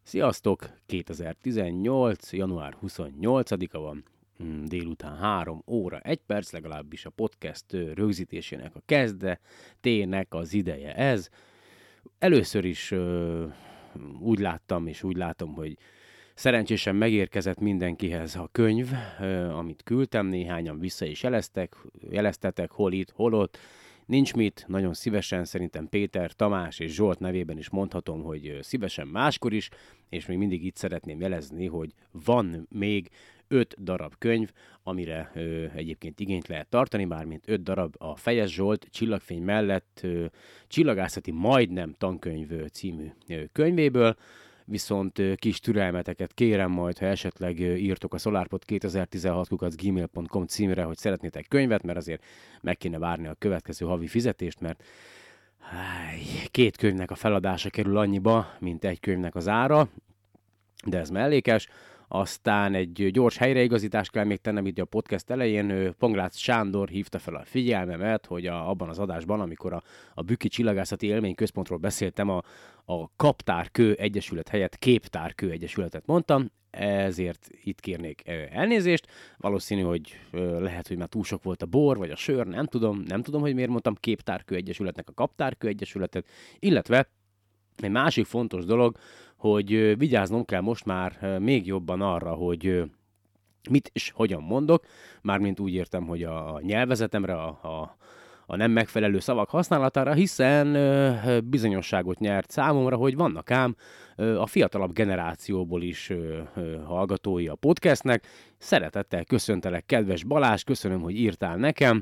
Sziasztok! 2018. január 28-a van, délután 3 óra 1 perc, legalábbis a podcast rögzítésének a kezdetének az ideje ez. Először is úgy láttam és úgy látom, hogy szerencsésen megérkezett mindenkihez a könyv, amit küldtem, néhányan vissza is jeleztetek, hol itt, hol ott. Nincs mit, nagyon szívesen, szerintem Péter, Tamás és Zsolt nevében is mondhatom, hogy szívesen máskor is, és még mindig itt szeretném jelezni, hogy van még 5 darab könyv, amire egyébként igényt lehet tartani, mármint 5 darab a Fejes Zsolt Csillagfény mellett Csillagászati majdnem tankönyv című könyvéből, viszont kis türelmeteket kérem majd, ha esetleg írtok a solarpod2016@gmail.com címre, hogy szeretnétek könyvet, mert azért meg kéne várni a következő havi fizetést, mert 2 könyvnek a feladása kerül annyiba, mint egy könyvnek az ára, de ez mellékes. Aztán egy gyors helyreigazítást kell még tennem itt a podcast elején. Pongrácz Sándor hívta fel a figyelmemet, hogy abban az adásban, amikor a Bükki Csillagászati Élményközpontról beszéltem, a Kaptárkő Egyesület helyett Képtárkő Egyesületet mondtam, ezért itt kérnék elnézést. Valószínű, hogy lehet, hogy már túl sok volt a bor, vagy a sör, nem tudom, hogy miért mondtam Képtárkő Egyesületnek a Kaptárkő Egyesületet, illetve egy másik fontos dolog, hogy vigyáznom kell most már még jobban arra, hogy mit és hogyan mondok, mármint úgy értem, hogy a nyelvezetemre, a nem megfelelő szavak használatára, hiszen bizonyosságot nyert számomra, hogy vannak ám a fiatalabb generációból is hallgatói a podcastnek. Szeretettel köszöntelek, kedves Balázs, köszönöm, hogy írtál nekem.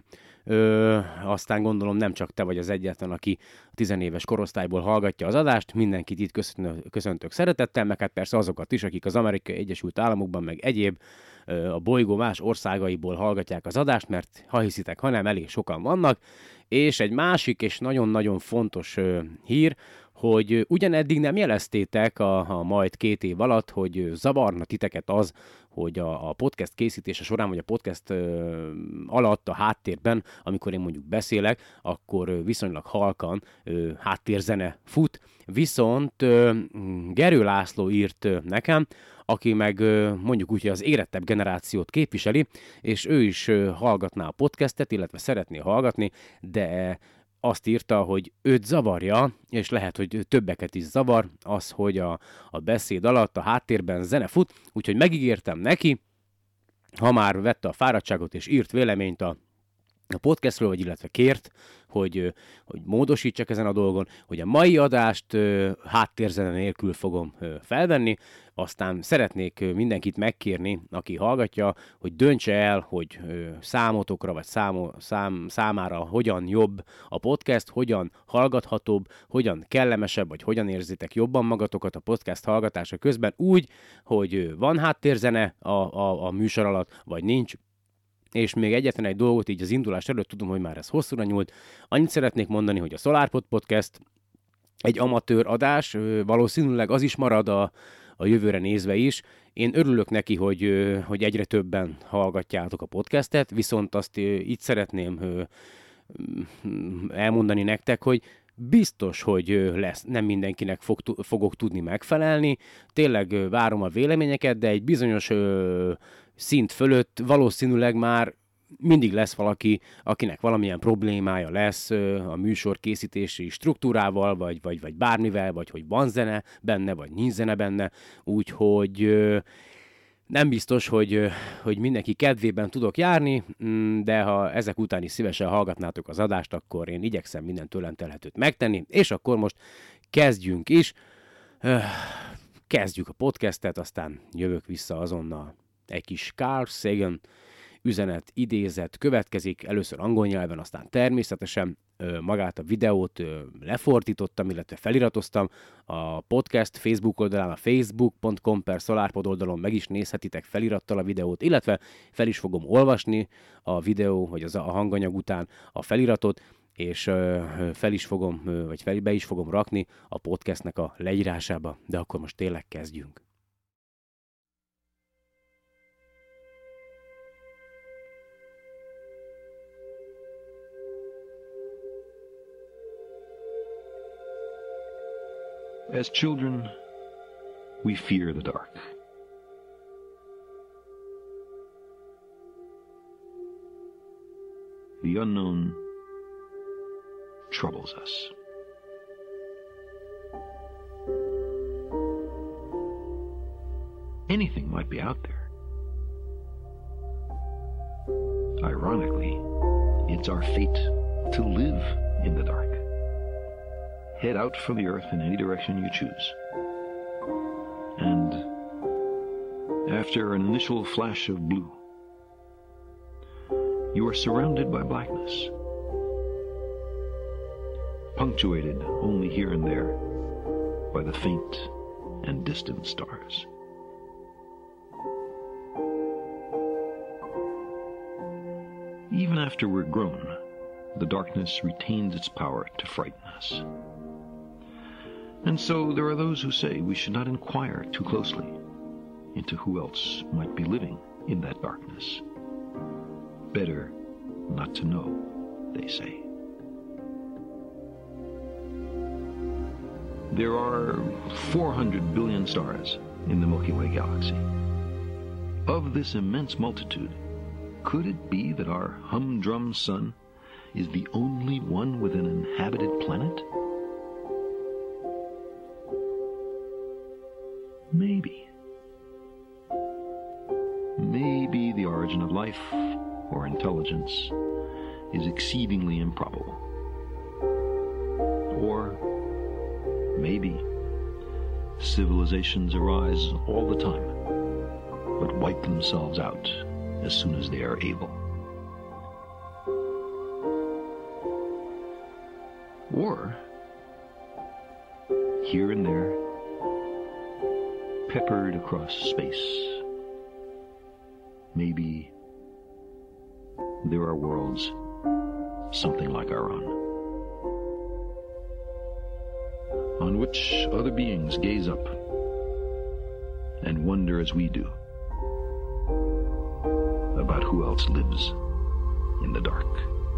Aztán gondolom nem csak te vagy az egyetlen, aki a 10 éves korosztályból hallgatja az adást, mindenkit itt köszöntök szeretettel, meg hát persze azokat is, akik az Amerikai Egyesült Államokban, meg egyéb a bolygó más országaiból hallgatják az adást, mert ha hiszitek, ha nem, elég sokan vannak. És egy másik és nagyon-nagyon fontos hír, hogy ugyaneddig nem jeleztétek a majd 2 év alatt, hogy zavarna titeket az, hogy a podcast készítése során, vagy a podcast alatt a háttérben, amikor én mondjuk beszélek, akkor viszonylag halkan háttérzene fut. Viszont Gerő László írt nekem, aki meg mondjuk úgy, hogy az érettebb generációt képviseli, és ő is hallgatná a podcastet, illetve szeretné hallgatni, de azt írta, hogy őt zavarja, és lehet, hogy többeket is zavar az, hogy a beszéd alatt a háttérben zene fut, úgyhogy megígértem neki, ha már vette a fáradtságot és írt véleményt a podcastről, vagy illetve kért, hogy módosítsak ezen a dolgon, hogy a mai adást háttérzene nélkül fogom felvenni, aztán szeretnék mindenkit megkérni, aki hallgatja, hogy döntse el, hogy számotokra vagy számára hogyan jobb a podcast, hogyan hallgathatóbb, hogyan kellemesebb, vagy hogyan érzitek jobban magatokat a podcast hallgatása közben úgy, hogy van háttérzene a műsor alatt, vagy nincs. És még egyetlen egy dolgot így az indulás előtt, tudom, hogy már ez hosszúra nyúlt. Annyit szeretnék mondani, hogy a SolarPod Podcast egy amatőr adás, valószínűleg az is marad a jövőre nézve is. Én örülök neki, hogy egyre többen hallgatjátok a podcastet, viszont azt itt szeretném elmondani nektek, hogy biztos, hogy lesz, nem mindenkinek fogok tudni megfelelni. Tényleg várom a véleményeket, de egy bizonyos szint fölött valószínűleg már mindig lesz valaki, akinek valamilyen problémája lesz a műsor készítési struktúrával, vagy bármivel, vagy hogy van zene benne, vagy nincs zene benne, úgyhogy nem biztos, hogy mindenki kedvében tudok járni, de ha ezek után is szívesen hallgatnátok az adást, akkor én igyekszem minden tőlem telhetőt megtenni, és akkor most kezdjünk is. Kezdjük a podcastet, aztán jövök vissza azonnal. Egy kis Carl Sagan üzenet, idézet következik, először angol nyelven, aztán természetesen magát a videót lefordítottam, illetve feliratoztam. A podcast Facebook oldalán, a facebook.com/solarpod oldalon meg is nézhetitek felirattal a videót, illetve fel is fogom olvasni a videó, vagy a hanganyag után a feliratot, és fel is fogom, vagy be is fogom rakni a podcastnek a leírásába, de akkor most tényleg kezdjünk. As children, we fear the dark. The unknown troubles us. Anything might be out there. Ironically, it's our fate to live in the dark. Head out from the earth in any direction you choose. And after an initial flash of blue, you are surrounded by blackness, punctuated only here and there by the faint and distant stars. Even after we're grown, the darkness retains its power to frighten us. And so there are those who say we should not inquire too closely into who else might be living in that darkness. Better not to know, they say. There are 400 billion stars in the Milky Way galaxy. Of this immense multitude, could it be that our humdrum sun is the only one with an inhabited planet? Maybe. Maybe the origin of life or intelligence is exceedingly improbable. Or maybe civilizations arise all the time, but wipe themselves out as soon as they are able. Or, here and there, peppered across space, maybe there are worlds something like our own, on which other beings gaze up and wonder as we do about who else lives in the dark.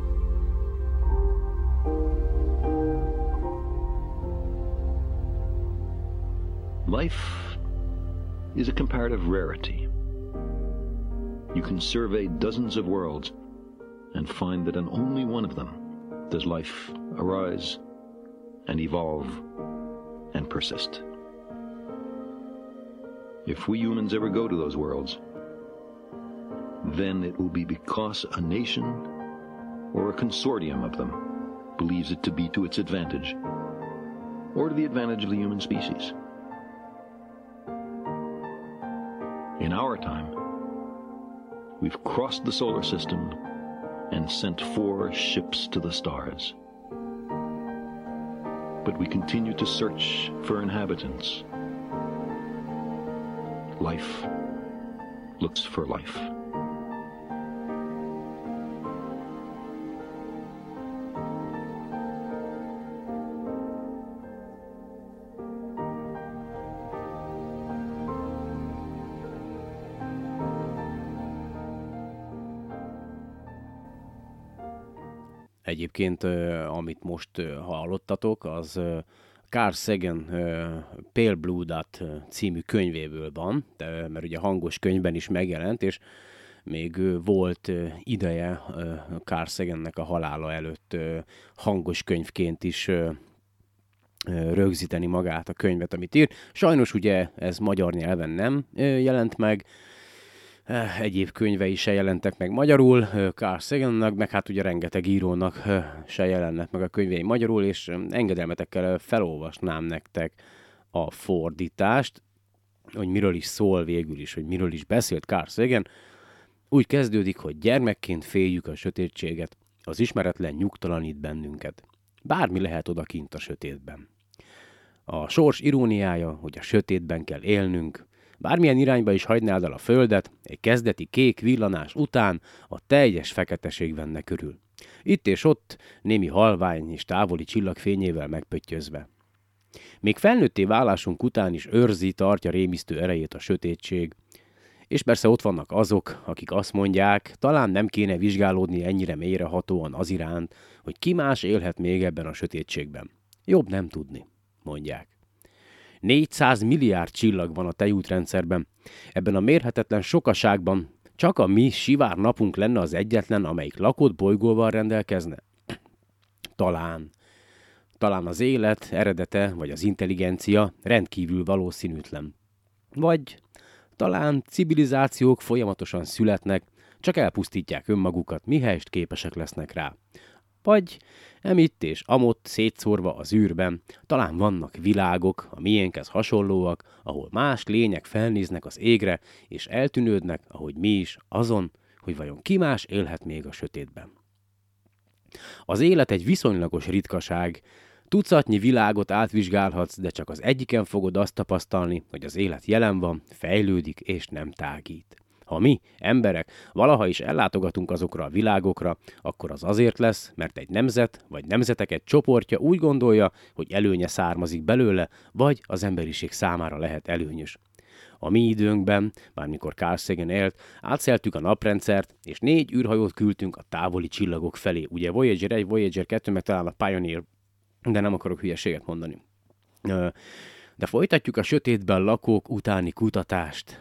Life is a comparative rarity. You can survey dozens of worlds and find that in only one of them does life arise and evolve and persist. If we humans ever go to those worlds, then it will be because a nation or a consortium of them believes it to be to its advantage, or to the advantage of the human species. In our time, we've crossed the solar system and sent 4 ships to the stars. But we continue to search for inhabitants. Life looks for life. Egyébként, amit most hallottatok, az Carl Sagan Pale Blue Dot című könyvéből van, mert ugye hangos könyvben is megjelent, és még volt ideje Carl Sagannek a halála előtt hangos könyvként is rögzíteni magát a könyvet, amit ír. Sajnos ugye ez magyar nyelven nem jelent meg, egyéb könyvei se jelentek meg magyarul, Carl Sagannak, meg hát ugye rengeteg írónak se jelennek meg a könyvei magyarul, és engedelmetekkel felolvasnám nektek a fordítást, hogy miről is szól végül is, hogy miről is beszélt Carl Sagan. Úgy kezdődik, hogy gyermekként féljük a sötétséget, az ismeretlen nyugtalanít bennünket. Bármi lehet odakint a sötétben. A sors iróniája, hogy a sötétben kell élnünk. Bármilyen irányba is hagynád el a földet, egy kezdeti kék villanás után a teljes feketeség venne körül. Itt és ott némi halvány és távoli csillagfényével megpöttyözve. Még felnőtté válásunk után is tartja rémisztő erejét a sötétség. És persze ott vannak azok, akik azt mondják, talán nem kéne vizsgálódni ennyire mélyrehatóan az iránt, hogy ki más élhet még ebben a sötétségben. Jobb nem tudni, mondják. 400 milliárd csillag van a tejútrendszerben. Ebben a mérhetetlen sokaságban csak a mi sivár napunk lenne az egyetlen, amelyik lakott bolygóval rendelkezne. Talán az élet eredete, vagy az intelligencia rendkívül valószínűtlen. Vagy talán civilizációk folyamatosan születnek, csak elpusztítják önmagukat, mihelyest képesek lesznek rá. Vagy emitt és amott szétszórva az űrben, talán vannak világok, a miénkhez hasonlóak, ahol más lények felnéznek az égre, és eltűnődnek, ahogy mi is, azon, hogy vajon ki más élhet még a sötétben. Az élet egy viszonylagos ritkaság. Tucatnyi világot átvizsgálhatsz, de csak az egyiken fogod azt tapasztalni, hogy az élet jelen van, fejlődik és nem tágít. Ha mi, emberek, valaha is ellátogatunk azokra a világokra, akkor az azért lesz, mert egy nemzet vagy nemzetek egy csoportja úgy gondolja, hogy előnye származik belőle, vagy az emberiség számára lehet előnyös. A mi időnkben, bármikor Carl Sagan élt, átszeltük a naprendszert, és 4 űrhajót küldtünk a távoli csillagok felé. Ugye Voyager 1, Voyager 2, meg talán a Pioneer, de nem akarok hülyeséget mondani. De folytatjuk a sötétben lakók utáni kutatást.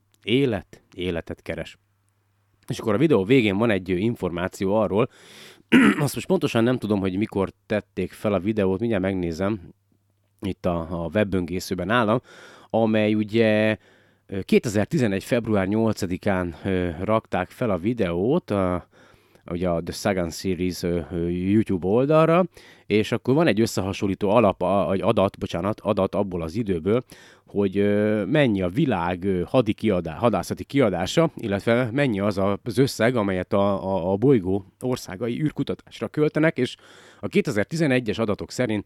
Életet keres. És akkor a videó végén van egy információ arról, azt most pontosan nem tudom, hogy mikor tették fel a videót, mindjárt megnézem, itt a webböngészőben nálam, amely ugye 2011. február 8-án rakták fel a videót, ugye a The Sagan Series YouTube oldalra, és akkor van egy összehasonlító adat abból az időből, hogy mennyi a világ hadászati kiadása, illetve mennyi az az összeg, amelyet a bolygó országai űrkutatásra költenek, és a 2011-es adatok szerint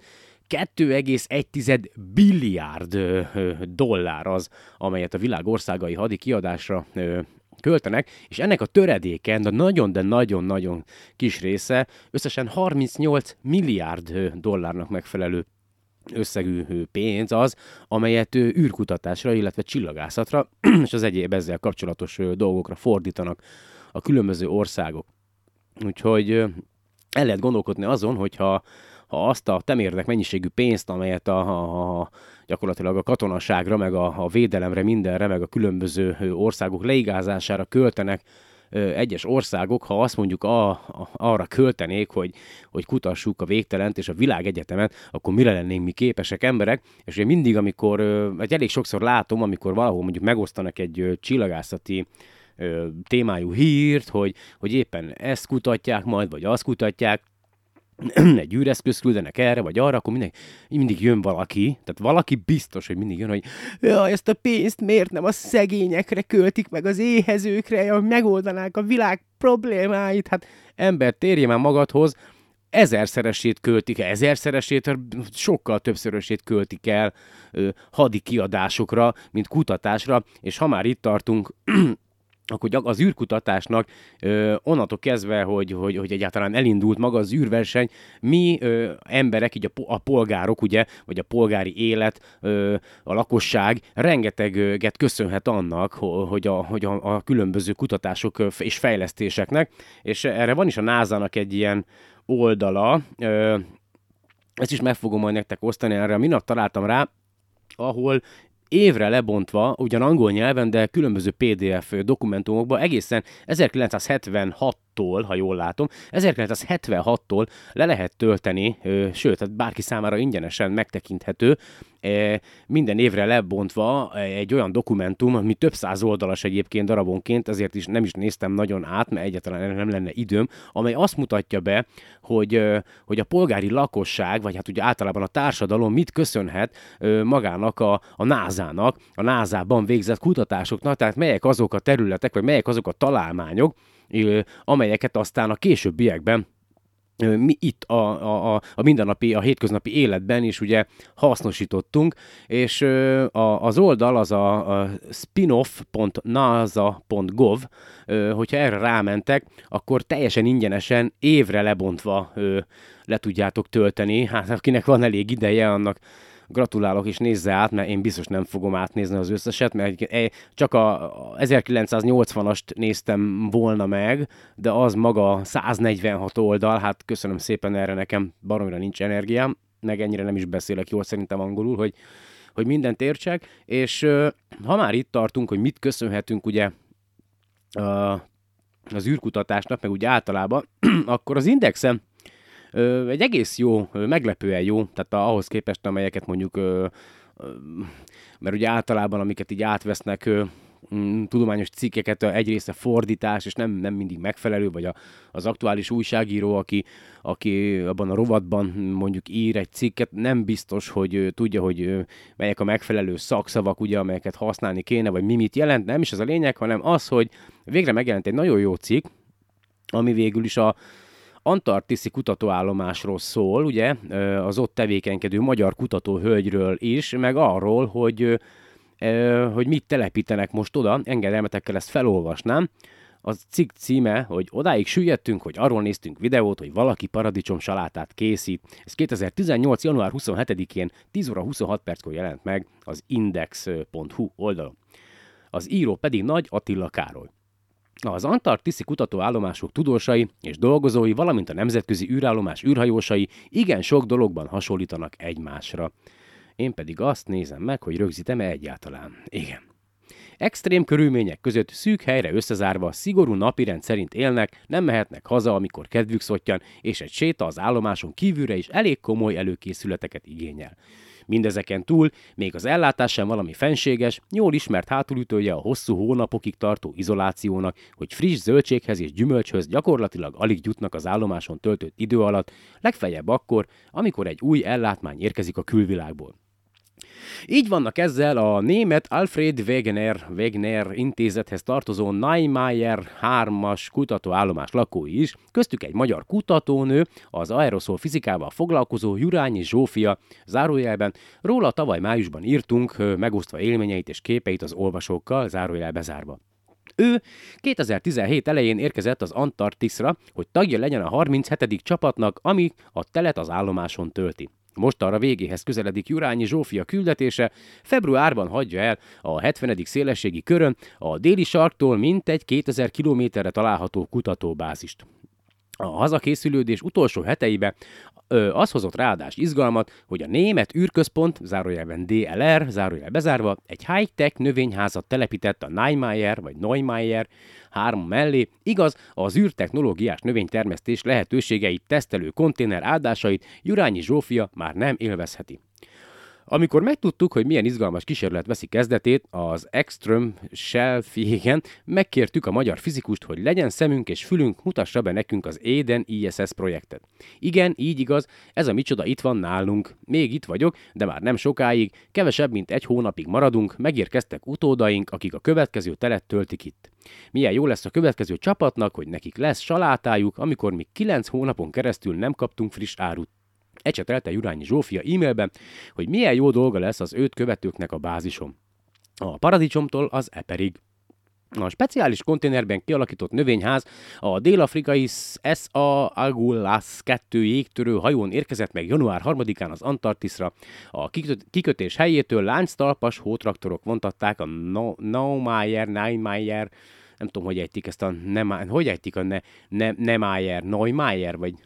2,1 billiárd dollár az, amelyet a világ országai hadi kiadásra költenek, és ennek a töredéken, de nagyon kis része összesen 38 milliárd dollárnak megfelelő összegű pénz az, amelyet űrkutatásra, illetve csillagászatra és az egyéb ezzel kapcsolatos dolgokra fordítanak a különböző országok. Úgyhogy el lehet gondolkodni azon, hogyha azt a temérdek mennyiségű pénzt, amelyet gyakorlatilag a katonaságra, meg a védelemre, mindenre, meg a különböző országok leigázására költenek egyes országok, ha azt mondjuk arra költenék, hogy kutassuk a végtelent és a világegyetemet, akkor mire lennénk mi képesek emberek, és ugye mindig, amikor, elég sokszor látom, amikor valahol mondjuk megosztanak egy csillagászati témájú hírt, hogy éppen ezt kutatják majd, vagy azt kutatják, egy űreszközt küldenek erre, vagy arra, akkor mindig jön valaki, tehát valaki biztos, hogy mindig jön, hogy ezt a pénzt miért nem a szegényekre költik, meg az éhezőkre, hogy megoldanák a világ problémáit. Hát ember, térj már magadhoz, 1000-szeresét költik el, 1000-szeresét, sokkal többszörösét költik el hadi kiadásokra, mint kutatásra, és ha már itt tartunk, akkor az űrkutatásnak onnantól kezdve, hogy egyáltalán elindult maga az űrverseny, mi emberek, így a polgárok, ugye, vagy a polgári élet, a lakosság rengeteget köszönhet annak, hogy a különböző kutatások és fejlesztéseknek, és erre van is a NASA-nak egy ilyen oldala, ezt is meg fogom majd nektek osztani, erre minap találtam rá, ahol évre lebontva, ugyan angol nyelven, de különböző PDF dokumentumokban egészen 1976-tól, ha jól látom, 1976-tól le lehet tölteni, sőt, tehát bárki számára ingyenesen megtekinthető, minden évre lebontva egy olyan dokumentum, ami több száz oldalas egyébként darabonként, ezért is nem is néztem nagyon át, mert egyáltalán nem lenne időm, amely azt mutatja be, hogy a polgári lakosság, vagy hát ugye általában a társadalom mit köszönhet magának a NASA-nak, a NASA-ban végzett kutatásoknak, tehát melyek azok a területek, vagy melyek azok a találmányok, amelyeket aztán a későbbiekben mi itt a mindennapi, a hétköznapi életben is ugye hasznosítottunk, és az oldal az a spinoff.nasa.gov, hogyha erre rámentek, akkor teljesen ingyenesen évre lebontva le tudjátok tölteni. Hát akinek van elég ideje, annak gratulálok és nézze át, mert én biztos nem fogom átnézni az összeset, mert csak a 1980-ast néztem volna meg, de az maga 146 oldal, hát köszönöm szépen, erre nekem baromira nincs energiám, meg ennyire nem is beszélek jól szerintem angolul, hogy hogy mindent értsek, és ha már itt tartunk, hogy mit köszönhetünk ugye az űrkutatásnak, meg úgy általában, akkor az Indexen egy egész jó, meglepően jó, tehát ahhoz képest, amelyeket mondjuk, mert ugye általában, amiket így átvesznek tudományos cikkeket, egy része fordítás, és nem mindig megfelelő, vagy az aktuális újságíró, aki abban a rovatban mondjuk ír egy cikket, nem biztos, hogy tudja, hogy melyek a megfelelő szakszavak, ugye, amelyeket használni kéne, vagy mi mit jelent, nem is ez a lényeg, hanem az, hogy végre megjelent egy nagyon jó cikk, ami végül is a antarktiszi kutatóállomásról szól, ugye, az ott tevékenykedő magyar kutatóhölgyről is, meg arról, hogy mit telepítenek most oda, engedelmetekkel ezt felolvasnám. A cikk címe, hogy odáig süllyedtünk, hogy arról néztünk videót, hogy valaki paradicsom salátát készít. Ez 2018. január 27-én 10 óra 26 perckor jelent meg az index.hu oldalon. Az író pedig Nagy Attila Károly. Az antarktiszi kutatóállomások tudósai és dolgozói, valamint a nemzetközi űrállomás űrhajósai igen sok dologban hasonlítanak egymásra. Én pedig azt nézem meg, hogy rögzítem-e egyáltalán. Igen. Extrém körülmények között szűk helyre összezárva, szigorú napirend szerint élnek, nem mehetnek haza, amikor kedvük szottyan, és egy séta az állomáson kívülre is elég komoly előkészületeket igényel. Mindezeken túl még az ellátás sem valami fenséges, jól ismert hátulütője a hosszú hónapokig tartó izolációnak, hogy friss zöldséghez és gyümölcshöz gyakorlatilag alig jutnak az állomáson töltött idő alatt, legfeljebb akkor, amikor egy új ellátmány érkezik a külvilágból. Így vannak ezzel a német Alfred Wegener intézethez tartozó Niemeyer 3-as kutatóállomás lakói is, köztük egy magyar kutatónő, az aeroszol fizikával foglalkozó Jurányi Zsófia, zárójelben, róla tavaly májusban írtunk, megosztva élményeit és képeit az olvasókkal, zárójel bezárva. Ő 2017 elején érkezett az Antarktiszra, hogy tagja legyen a 37. csapatnak, ami a telet az állomáson tölti. Mostanra végéhez közeledik Jurányi Zsófia küldetése, februárban hagyja el a 70. szélességi körön a déli sarktól mintegy 2000 kilométerre található kutatóbázist. A hazakészülődés utolsó heteibe az hozott ráadást izgalmat, hogy a német űrközpont, zárójelben DLR, zárójel bezárva, egy high-tech növényházat telepített a Neumayer 3 mellé, igaz, az űrtechnológiás növénytermesztés lehetőségeit tesztelő konténer áldásait Jurányi Zsófia már nem élvezheti. Amikor megtudtuk, hogy milyen izgalmas kísérlet veszi kezdetét, az Ekström Shelfjégen megkértük a magyar fizikust, hogy legyen szemünk és fülünk, mutassa be nekünk az Eden ISS projektet. Igen, így igaz, ez a micsoda itt van nálunk. Még itt vagyok, de már nem sokáig, kevesebb mint egy hónapig maradunk, megérkeztek utódaink, akik a következő telet töltik itt. Milyen jó lesz a következő csapatnak, hogy nekik lesz salátájuk, amikor mi 9 hónapon keresztül nem kaptunk friss árut. Ecsetelte Jurányi Zsófia e-mailben, hogy milyen jó dolga lesz az őt követőknek a bázison. A paradicsomtól az eperig. A speciális konténerben kialakított növényház a dél-afrikai S.A. Agulhas 2 jégtörő hajón érkezett meg január 3-án az Antarktiszra. A kikötés helyétől lánctalpas hótraktorok vontatták a Neumayer, nem tudom, hogy ejtik ezt a Neumayer, vagy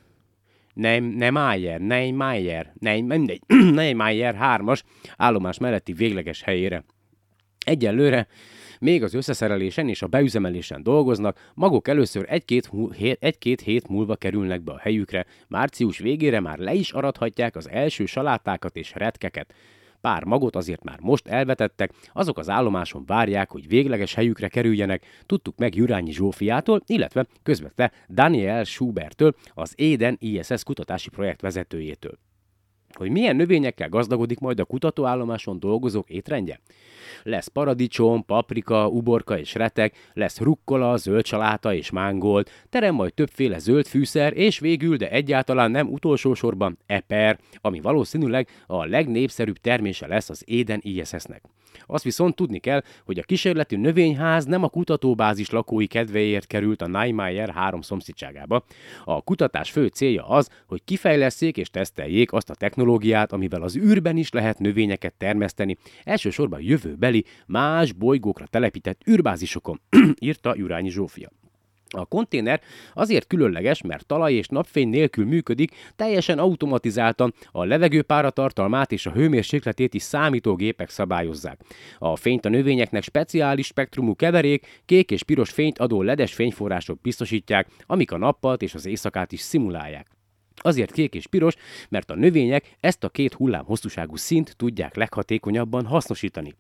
Neumayer 3-as állomás melletti végleges helyére. Egyelőre még az összeszerelésen és a beüzemelésen dolgoznak, maguk először egy-két hét múlva kerülnek be a helyükre, március végére már le is arathatják az első salátákat és retkeket. Pár magot azért már most elvetettek, azok az állomáson várják, hogy végleges helyükre kerüljenek, tudtuk meg Jurányi Zsófiától, illetve közvetve Daniel Schubertől, az Eden ISS kutatási projekt vezetőjétől. Hogy milyen növényekkel gazdagodik majd a kutatóállomáson dolgozók étrendje? Lesz paradicsom, paprika, uborka és retek, lesz rukkola, zöld saláta és mángold, terem majd többféle zöld fűszer, és végül, de egyáltalán nem utolsó sorban eper, ami valószínűleg a legnépszerűbb termése lesz az Eden ISS-nek. Azt viszont tudni kell, hogy a kísérleti növényház nem a kutatóbázis lakói kedvéért került a Neumayer 3 szomszédságába. A kutatás fő célja az, hogy kifejlesszék és teszteljék azt a technológiát, amivel az űrben is lehet növényeket termeszteni, elsősorban jövőbeli, más bolygókra telepített űrbázisokon, írta Jurányi Zsófia. A konténer azért különleges, mert talaj és napfény nélkül működik, teljesen automatizáltan a levegő páratartalmát és a hőmérsékletét is számítógépek szabályozzák. A fényt a növényeknek speciális spektrumú keverék, kék és piros fényt adó ledes fényforrások biztosítják, amik a nappalt és az éjszakát is szimulálják. Azért kék és piros, mert a növények ezt a két hullám hosszúságú színt tudják leghatékonyabban hasznosítani.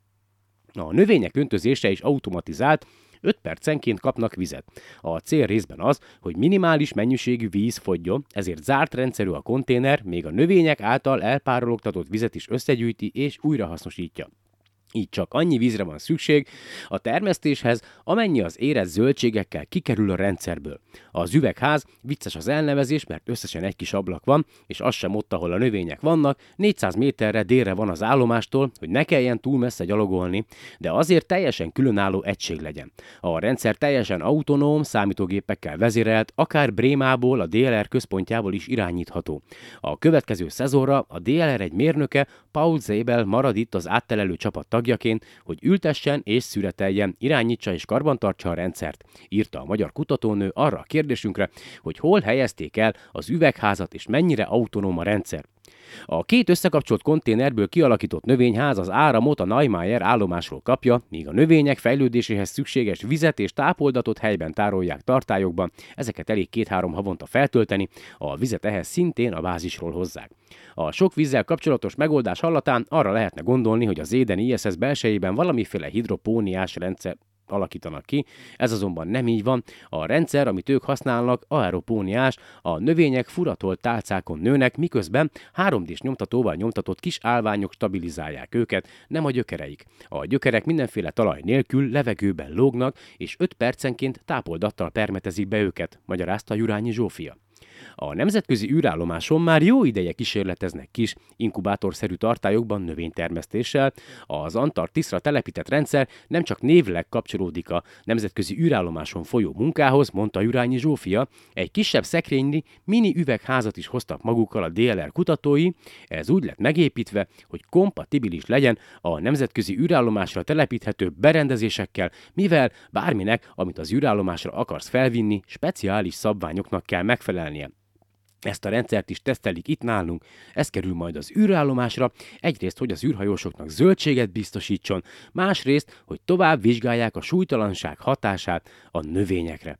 A növények öntözése is automatizált, 5 percenként kapnak vizet. A cél részben az, hogy minimális mennyiségű víz fogyjon, ezért zárt rendszerű a konténer, még a növények által elpárologtatott vizet is összegyűjti és újrahasznosítja. Így csak annyi vízre van szükség a termesztéshez, amennyi az érett zöldségekkel kikerül a rendszerből. Az üvegház vicces az elnevezés, mert összesen egy kis ablak van, és az sem ott, ahol a növények vannak, 400 méterre délre van az állomástól, hogy ne kelljen túl messze gyalogolni, de azért teljesen különálló egység legyen. A rendszer teljesen autonóm, számítógépekkel vezérelt, akár Brémából, a DLR központjából is irányítható. A következő szezonra a DLR egy mérnöke, Paul Zabel marad itt az áttelelő csapat tagjaként, hogy ültessen és szüreteljen, irányítsa és karbantartsa a rendszert, írta a magyar kutatónő arra a kérdésünkre, hogy hol helyezték el az üvegházat és mennyire autonóm a rendszer. A két összekapcsolt konténerből kialakított növényház az áramot a Neumayer állomásról kapja, míg a növények fejlődéséhez szükséges vizet és tápoldatot helyben tárolják tartályokban, ezeket elég 2-3 havonta feltölteni, a vizet ehhez szintén a bázisról hozzák. A sok vízzel kapcsolatos megoldás hallatán arra lehetne gondolni, hogy az Eden ISS belsejében valamiféle hidropóniás rendszer alakítanak ki, ez azonban nem így van. A rendszer, amit ők használnak, aeropóniás, a növények furatolt tálcákon nőnek, miközben 3D-s nyomtatóval nyomtatott kis állványok stabilizálják őket, nem a gyökereik. A gyökerek mindenféle talaj nélkül levegőben lógnak, és 5 percenként tápoldattal permetezik be őket, magyarázta Jurányi Zsófia. A nemzetközi űrállomáson már jó ideje kísérleteznek kis, inkubátorszerű tartályokban növénytermesztéssel. Az Antarktiszra telepített rendszer nem csak névleg kapcsolódik a nemzetközi űrállomáson folyó munkához, mondta Jurányi Zsófia, egy kisebb szekrényi mini üvegházat is hoztak magukkal a DLR kutatói, ez úgy lett megépítve, hogy kompatibilis legyen a nemzetközi űrállomásra telepíthető berendezésekkel, mivel bárminek, amit az űrállomásra akarsz felvinni, speciális szabványoknak kell megfelelnie. Ezt a rendszert is tesztelik itt nálunk, ez kerül majd az űrállomásra, egyrészt, hogy az űrhajósoknak zöldséget biztosítson, másrészt, hogy tovább vizsgálják a súlytalanság hatását a növényekre.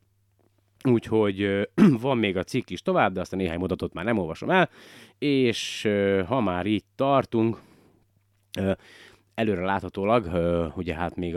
Úgyhogy van még a cikk is tovább, de azt a néhány mondatot már nem olvasom el, és ha már itt tartunk, előre láthatólag, ugye hát még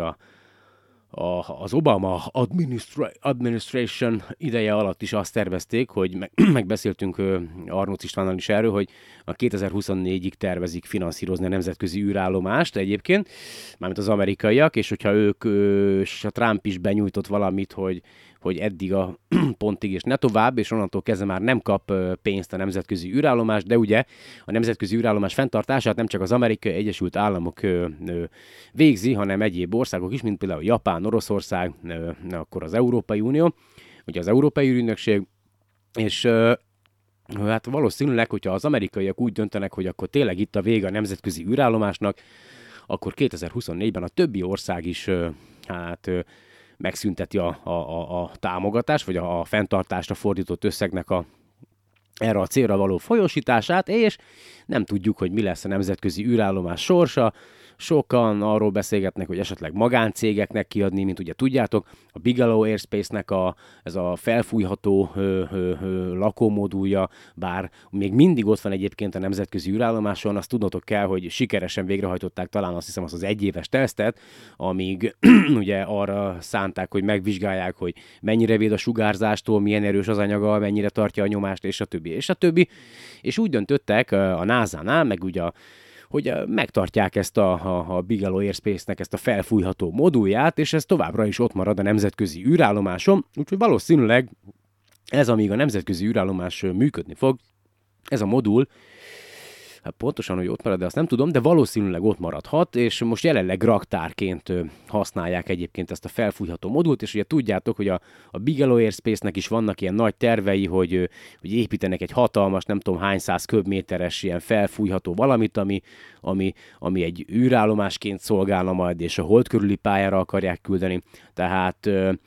az Obama administration ideje alatt is azt tervezték, hogy megbeszéltünk Arnóc Istvánnal is erről, hogy a 2024-ig tervezik finanszírozni a nemzetközi űrállomást egyébként, mármint az amerikaiak, és hogyha ők, és a Trump is benyújtott valamit, hogy eddig a pontig és ne tovább, és onnantól kezdve már nem kap pénzt a nemzetközi űrállomás, de ugye a nemzetközi űrállomás fenntartását nem csak az Amerikai Egyesült Államok végzi, hanem egyéb országok is, mint például Japán, Oroszország, akkor az Európai Unió, ugye az Európai űrügynökség, és hát valószínűleg, hogyha az amerikaiak úgy döntenek, hogy akkor tényleg itt a vége a nemzetközi űrállomásnak, akkor 2024-ben a többi ország is megszünteti a támogatást, vagy a fenntartásra fordított összegnek erre a célra való folyósítását, és nem tudjuk, hogy mi lesz a nemzetközi űrállomás sorsa. Sokan arról beszélgetnek, hogy esetleg magáncégeknek kiadni, mint ugye tudjátok, a Bigelow Airspace-nek ez a felfújható lakómodulja, bár még mindig ott van egyébként a nemzetközi űrállomáson, azt tudnotok kell, hogy sikeresen végrehajtották talán azt hiszem az 1 éves tesztet, amíg ugye arra szánták, hogy megvizsgálják, hogy mennyire véd a sugárzástól, milyen erős az anyaga, mennyire tartja a nyomást, és a többi, és a többi. És úgy döntöttek a NASA-nál, meg ugye hogy megtartják ezt a Bigelow Airspace-nek ezt a felfújható modulját, és ez továbbra is ott marad a nemzetközi űrállomáson, úgyhogy valószínűleg ez, amíg a nemzetközi űrállomás működni fog, ez a modul, hát pontosan, hogy ott marad, de azt nem tudom, de valószínűleg ott maradhat, és most jelenleg raktárként használják egyébként ezt a felfújható modult, és ugye tudjátok, hogy a Bigelow Airspace-nek is vannak ilyen nagy tervei, hogy építenek egy hatalmas, nem tudom hány száz köbméteres ilyen felfújható valamit, ami egy űrállomásként szolgálna majd, és a hold körüli pályára akarják küldeni. Tehát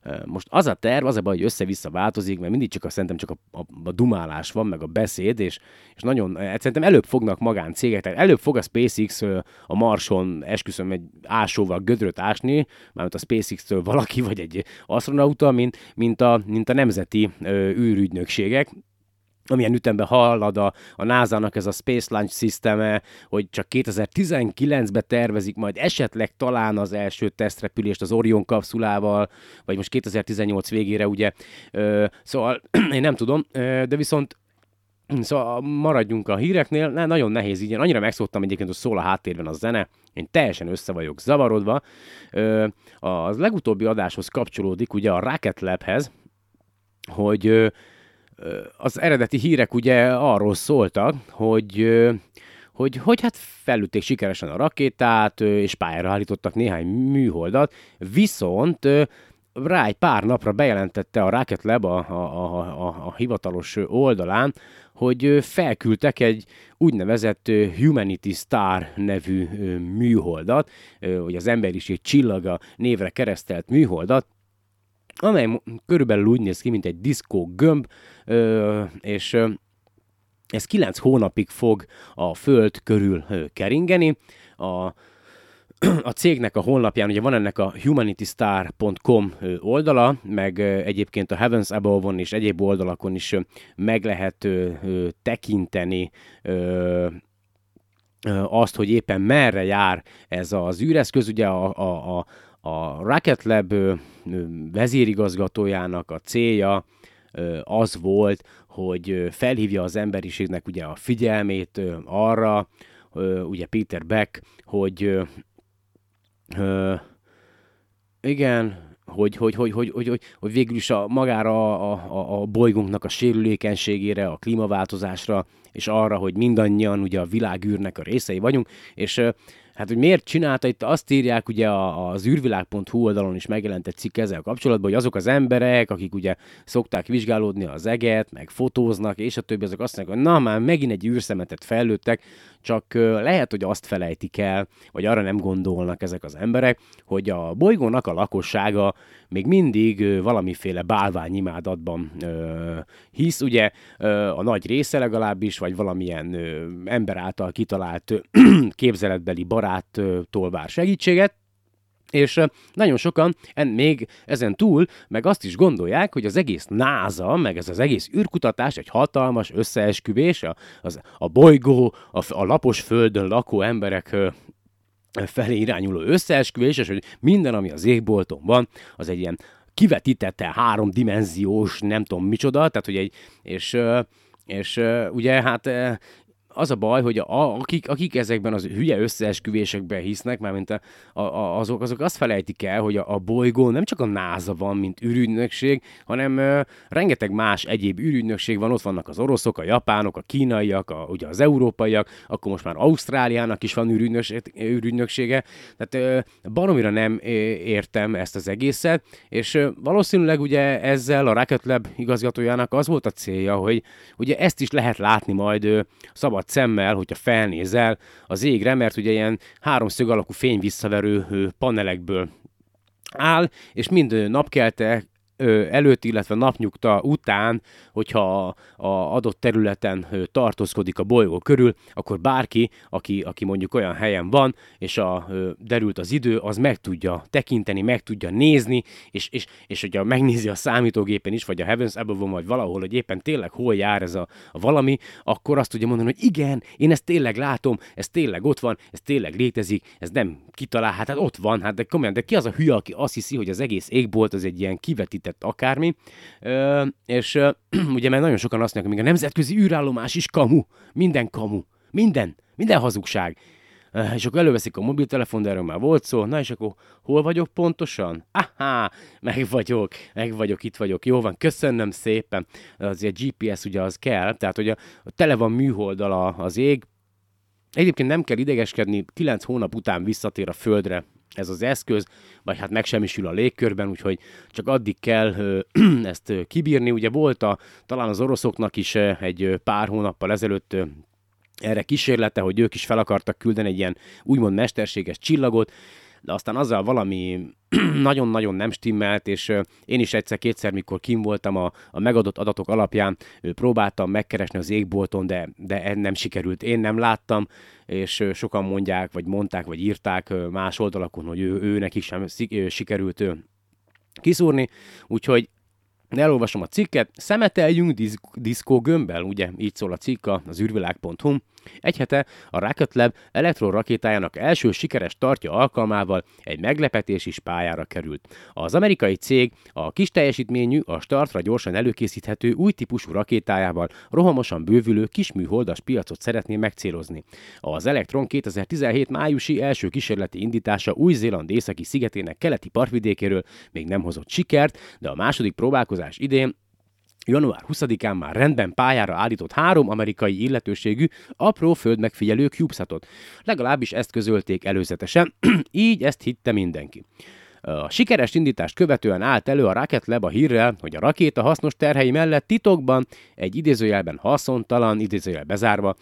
Most az a terv, az a baj, hogy össze-vissza változik, mert mindig szerintem csak a dumálás van, meg a beszéd, és nagyon, szerintem előbb fognak magáncégek, tehát előbb fog a SpaceX a Marson, esküszöm, egy ásóval gödröt ásni, mármint a SpaceX-től valaki, vagy egy asztronauta, mint a nemzeti űrügynökségek, amilyen ütemben hallad a NASA-nak ez a Space Launch System-e, hogy csak 2019-ben tervezik majd esetleg talán az első tesztrepülést az Orion kapszulával, vagy most 2018 végére, ugye. Szóval én nem tudom, de viszont szóval maradjunk a híreknél, nagyon nehéz így, annyira megszoktam egyébként, hogy szól a háttérben a zene, én teljesen össze vagyok zavarodva. Az legutóbbi adáshoz kapcsolódik ugye a Rocket Labhez, hogy az eredeti hírek ugye arról szóltak, hogy hát felütték sikeresen a rakétát, és pályára állítottak néhány műholdat, viszont rá egy pár napra bejelentette a Rocket Lab a hivatalos oldalán, hogy felküldtek egy úgynevezett Humanity Star nevű műholdat, vagy az emberiség csillaga névre keresztelt műholdat, amely körülbelül úgy néz ki, mint egy diszkó gömb, és ez 9 hónapig fog a Föld körül keringeni. A cégnek a honlapján ugye van ennek a humanitystar.com oldala, meg egyébként a Heavens Above-on és egyéb oldalakon is meg lehet tekinteni azt, hogy éppen merre jár ez az űreszköz. Ugye a Rocket Lab vezérigazgatójának a célja az volt, hogy felhívja az emberiségnek ugye a figyelmét arra, ugye Peter Beck, hogy igen, hogy végül is magára a bolygónknak a sérülékenységére, a klímaváltozásra, és arra, hogy mindannyian ugye a világűrnek a részei vagyunk, és hát, hogy miért csinálta, itt azt írják, ugye az űrvilág.hu oldalon is megjelent egy cikk ezzel kapcsolatban, hogy azok az emberek, akik ugye szokták vizsgálódni az eget, meg fotóznak, és a többi, azok azt mondják, hogy na már megint egy űrszemetet fejlődtek, csak lehet, hogy azt felejtik el, vagy arra nem gondolnak ezek az emberek, hogy a bolygónak a lakossága még mindig valamiféle bálványimádatban hisz, ugye a nagy része legalábbis, vagy valamilyen ember által kitalált képzeletbeli baráttól vár segítséget, és nagyon sokan még ezen túl meg azt is gondolják, hogy az egész NASA, meg ez az egész űrkutatás egy hatalmas összeesküvés, a bolygó, a lapos földön lakó emberek felé irányuló összeesküvés, és hogy minden, ami az égbolton van, az egy ilyen kivetítette háromdimenziós, nem tudom micsoda, tehát hogy és ugye hát az a baj, hogy akik ezekben az hülye összeesküvésekben hisznek, mármint azok azt felejtik el, hogy a bolygón nem csak a NASA van, mint űrügynökség, hanem rengeteg más egyéb űrügynökség van, ott vannak az oroszok, a japánok, a kínaiak, ugye az európaiak, akkor most már Ausztráliának is van űrügynöksége, tehát baromira nem értem ezt az egészet, és valószínűleg ugye ezzel a Rocket Lab igazgatójának az volt a célja, hogy ugye ezt is lehet látni majd szabad szemmel, hogyha felnézel az égre, mert ugye ilyen háromszög alakú fényvisszaverő panelekből áll, és mind napkelte előtt, illetve napnyugta után, hogyha a adott területen tartózkodik a bolygó körül, akkor bárki, aki mondjuk olyan helyen van, és derült az idő, az meg tudja tekinteni, meg tudja nézni, és hogyha megnézi a számítógépen is, vagy a Heavens Above-on, vagy valahol, hogy éppen tényleg hol jár ez a valami, akkor azt tudja mondani, hogy igen, én ezt tényleg látom, ez tényleg ott van, ez tényleg létezik, ez nem kitalál, hát ott van, hát de komolyan, de ki az a hülye, aki azt hiszi, hogy az egész égbolt az egy ilyen kivetített akármi, és ugye mert nagyon sokan azt mondják, hogy még a nemzetközi űrállomás is kamu, minden hazugság. És akkor előveszik a mobiltelefon, de erről már volt szó, na és akkor hol vagyok pontosan? Aha, meg vagyok, itt vagyok, jó van, köszönöm szépen, azért GPS ugye az kell, tehát hogy tele van műholddal az ég, egyébként nem kell idegeskedni, 9 hónap után visszatér a Földre ez az eszköz, vagy hát megsemmisül a légkörben, úgyhogy csak addig kell ezt kibírni. Ugye volt talán az oroszoknak is egy pár hónappal ezelőtt erre kísérlete, hogy ők is fel akartak küldeni egy ilyen úgymond mesterséges csillagot. de aztán azzal valami nagyon-nagyon nem stimmelt, és én is egyszer-kétszer, mikor kim voltam a megadott adatok alapján, próbáltam megkeresni az égbolton, de nem sikerült. Én nem láttam, és sokan mondják, vagy mondták, vagy írták más oldalakon, hogy ő nekik sem sikerült kiszúrni, úgyhogy elolvasom a cikket. Szemeteljünk diszkógömbbel, ugye így szól a cikk az űrvilág.hu. Egy hete a Rocket Lab elektronrakétájának első sikeres startja alkalmával egy meglepetés is pályára került. Az amerikai cég a kis teljesítményű, a startra gyorsan előkészíthető új típusú rakétájával rohamosan bővülő kisműholdas piacot szeretné megcélozni. Az Electron 2017 májusi első kísérleti indítása Új-Zéland északi szigetének keleti partvidékéről még nem hozott sikert, de a második próbálkozás idén január 20-án már rendben pályára állított 3 amerikai illetőségű apró földmegfigyelő CubeSatot. Legalábbis ezt közölték előzetesen, így ezt hitte mindenki. A sikeres indítást követően állt elő a Rocket Lab a hírrel, hogy a rakéta hasznos terhei mellett titokban egy idézőjelben haszontalan, idézőjel bezárva,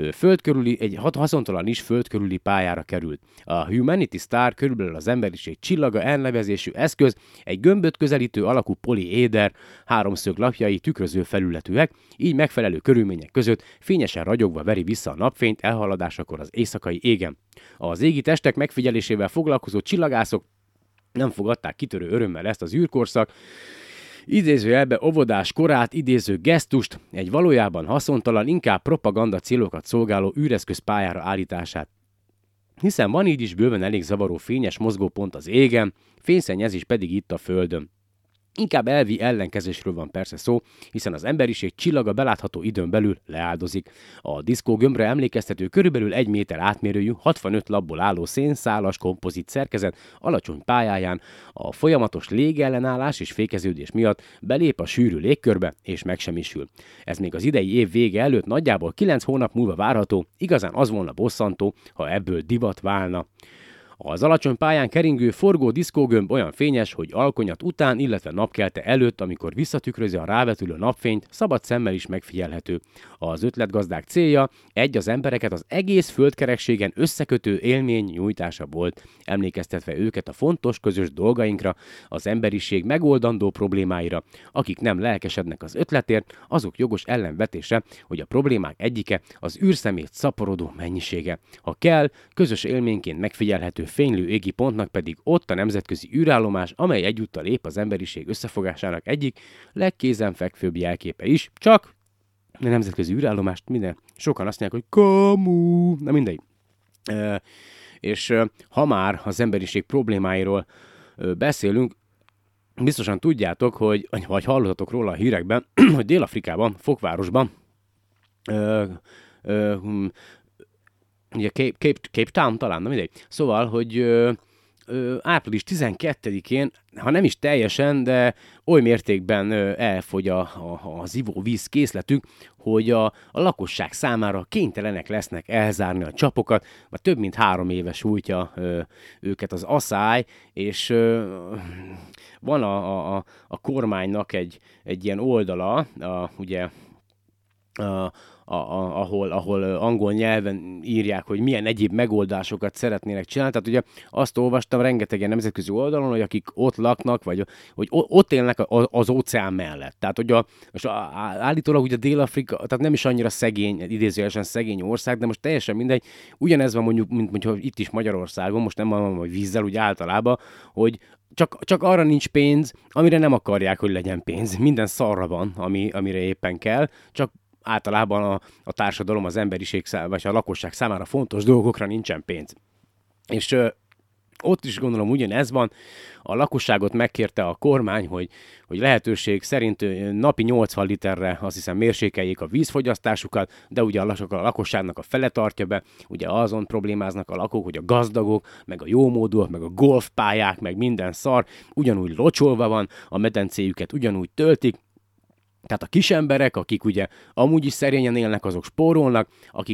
egy haszontalan is földkörüli pályára került. A Humanity Star körülbelül az emberiség csillaga elnevezésű eszköz egy gömböt közelítő alakú poliéder, háromszög lapjai tükröző felületűek, így megfelelő körülmények között fényesen ragyogva veri vissza a napfényt elhaladásakor az éjszakai égen. Az égi testek megfigyelésével foglalkozó csillagászok nem fogadták kitörő örömmel ezt az űrkorszak, idézőjelbe óvodás korát idéző gesztust, egy valójában haszontalan, inkább propaganda célokat szolgáló űreszköz pályára állítását. Hiszen van így is bőven elég zavaró fényes mozgópont az égen, fényszennyezés pedig itt a Földön. Inkább elvi ellenkezésről van persze szó, hiszen az emberiség csillaga belátható időn belül leáldozik. A diszkógömbre emlékeztető körülbelül 1 méter átmérőjű, 65 labból álló szénszálas kompozit szerkezet alacsony pályáján a folyamatos légellenállás és fékeződés miatt belép a sűrű légkörbe és megsemmisül. Ez még az idei év vége előtt nagyjából 9 hónap múlva várható, igazán az volna bosszantó, ha ebből divat válna. Az alacsony pályán keringő forgó diszkógömb olyan fényes, hogy alkonyat után, illetve napkelte előtt, amikor visszatükrözi a rávetülő napfényt, szabad szemmel is megfigyelhető. Az ötletgazdák célja az embereket az egész földkerekségen összekötő élmény nyújtása volt, emlékeztetve őket a fontos közös dolgainkra, az emberiség megoldandó problémáira. Akik nem lelkesednek az ötletért, azok jogos ellenvetése, hogy a problémák egyike az űrszemét szaporodó mennyisége. Ha kell, közös élményként megfigyelhető fénylő égi pontnak pedig ott a nemzetközi űrállomás, amely egyúttal lép az emberiség összefogásának egyik legkézenfekvőbb jelképe is, csak a nemzetközi űrállomást sokan azt mondják, hogy kamu, na mindegy. És ha már az emberiség problémáiról beszélünk, biztosan tudjátok, vagy hallottatok róla a hírekben, hogy Dél-Afrikában, Fokvárosban, ugye Cape Town talán, na mindegy. Szóval, hogy április 12-én, ha nem is teljesen, de oly mértékben elfogy az ivóvíz készletük, hogy a lakosság számára kénytelenek lesznek elzárni a csapokat, mert több mint 3 éve sújtja őket az aszály, és van a kormánynak egy ilyen oldala, ugye ahol angol nyelven írják, hogy milyen egyéb megoldásokat szeretnének csinálni. Tehát ugye azt olvastam rengeteg ilyen nemzetközi oldalon, hogy akik ott laknak, vagy hogy ott élnek az óceán mellett. Tehát hogy állítólag ugye Dél-Afrika, tehát nem is annyira szegény, idézőjelesen szegény ország, de most teljesen mindegy. Ugyanez van mondjuk, mint itt is Magyarországon, most nem mondom, hogy vízzel, úgy általában, hogy csak arra nincs pénz, amire nem akarják, hogy legyen pénz. Minden szarra van, amire éppen kell, csak általában a társadalom, az emberiség, vagy a lakosság számára fontos dolgokra nincsen pénz. És ott is gondolom ugyanez van, a lakosságot megkérte a kormány, hogy lehetőség szerint napi 80 literre, azt hiszem, mérsékeljék a vízfogyasztásukat, de ugye a lakosságnak a fele tartja be, ugye azon problémáznak a lakók, hogy a gazdagok, meg a jómódúak, meg a golfpályák, meg minden szar ugyanúgy locsolva van, a medencéjüket ugyanúgy töltik. Tehát a kis emberek, akik ugye amúgy is szerényen élnek, azok spórolnak,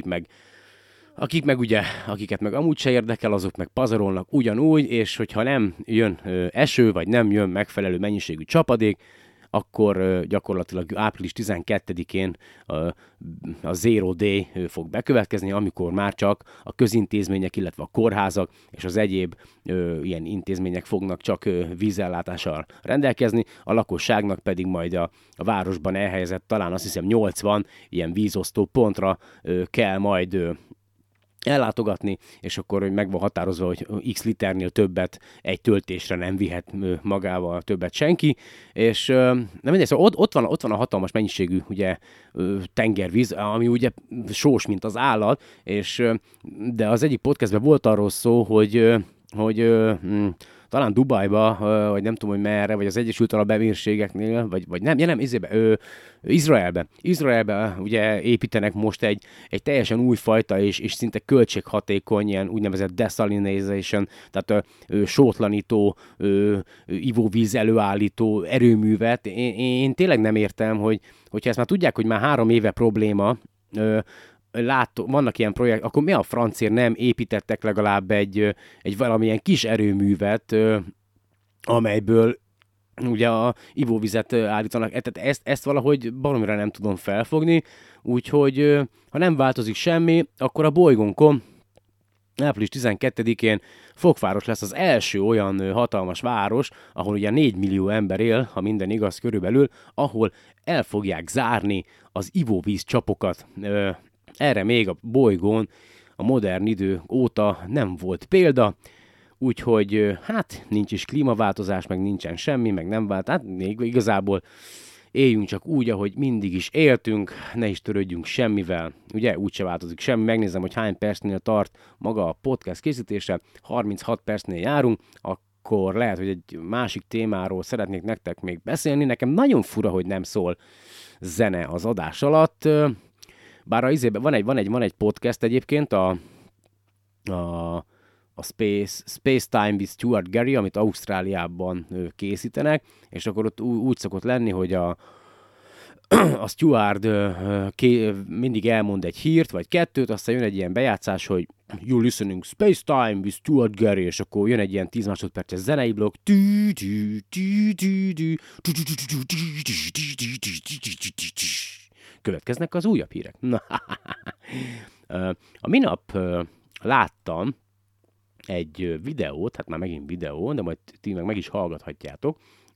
akiket meg amúgy se érdekel, azok meg pazarolnak ugyanúgy, és hogyha nem jön eső, vagy nem jön megfelelő mennyiségű csapadék, akkor gyakorlatilag április 12-én a Zero Day fog bekövetkezni, amikor már csak a közintézmények, illetve a kórházak és az egyéb ilyen intézmények fognak csak vízellátással rendelkezni, a lakosságnak pedig majd a városban elhelyezett talán azt hiszem 80 ilyen vízosztó pontra kell majd ellátogatni, és akkor meg van határozva, hogy x liternél többet egy töltésre nem vihet magával többet senki, és nem mindegy, szóval ott van a hatalmas mennyiségű ugye, tengervíz, ami ugye sós, mint az állat, de az egyik podcastben volt arról szó, hogy talán Dubajba, vagy nem tudom, hogy merre, vagy az Egyesült Arab Emírségeknél, vagy nem, Izraelbe ugye építenek most egy teljesen újfajta és szinte költséghatékony ilyen úgynevezett desalinization, tehát sótlanító, ivóvíz előállító erőművet. Én tényleg nem értem, hogyha ezt már tudják, hogy már 3 éve probléma, vannak ilyen projektek, akkor mi a francért nem építettek legalább egy valamilyen kis erőművet, amelyből ugye a ivóvizet állítanak. Tehát ezt valahogy baromira nem tudom felfogni, úgyhogy ha nem változik semmi, akkor a bolygónkon április 12-én Fokváros lesz az első olyan hatalmas város, ahol ugye 4 millió ember él, ha minden igaz körülbelül, ahol el fogják zárni az ivóvíz csapokat. Erre még a bolygón a modern idő óta nem volt példa, úgyhogy hát nincs is klímaváltozás, meg nincsen semmi, meg nem vált. Hát még igazából éljünk csak úgy, ahogy mindig is éltünk, ne is törődjünk semmivel. Ugye úgyse változik semmi, megnézem, hogy hány percnél tart maga a podcast készítése, 36 percnél járunk, akkor lehet, hogy egy másik témáról szeretnék nektek még beszélni. Nekem nagyon fura, hogy nem szól zene az adás alatt. Bár van egy podcast egyébként, a Space Time with Stuart Gary, amit Ausztráliában készítenek, és akkor ott úgy szokott lenni, hogy a Stuart mindig elmond egy hírt, vagy kettőt, aztán jön egy ilyen bejátszás, hogy you listening Space Time with Stuart Gary, és akkor jön egy ilyen 10 másodperces zenei blokk, következnek az újabb hírek. A minap láttam egy videót, hát már megint videó, de majd ti meg is hallgathatjátok.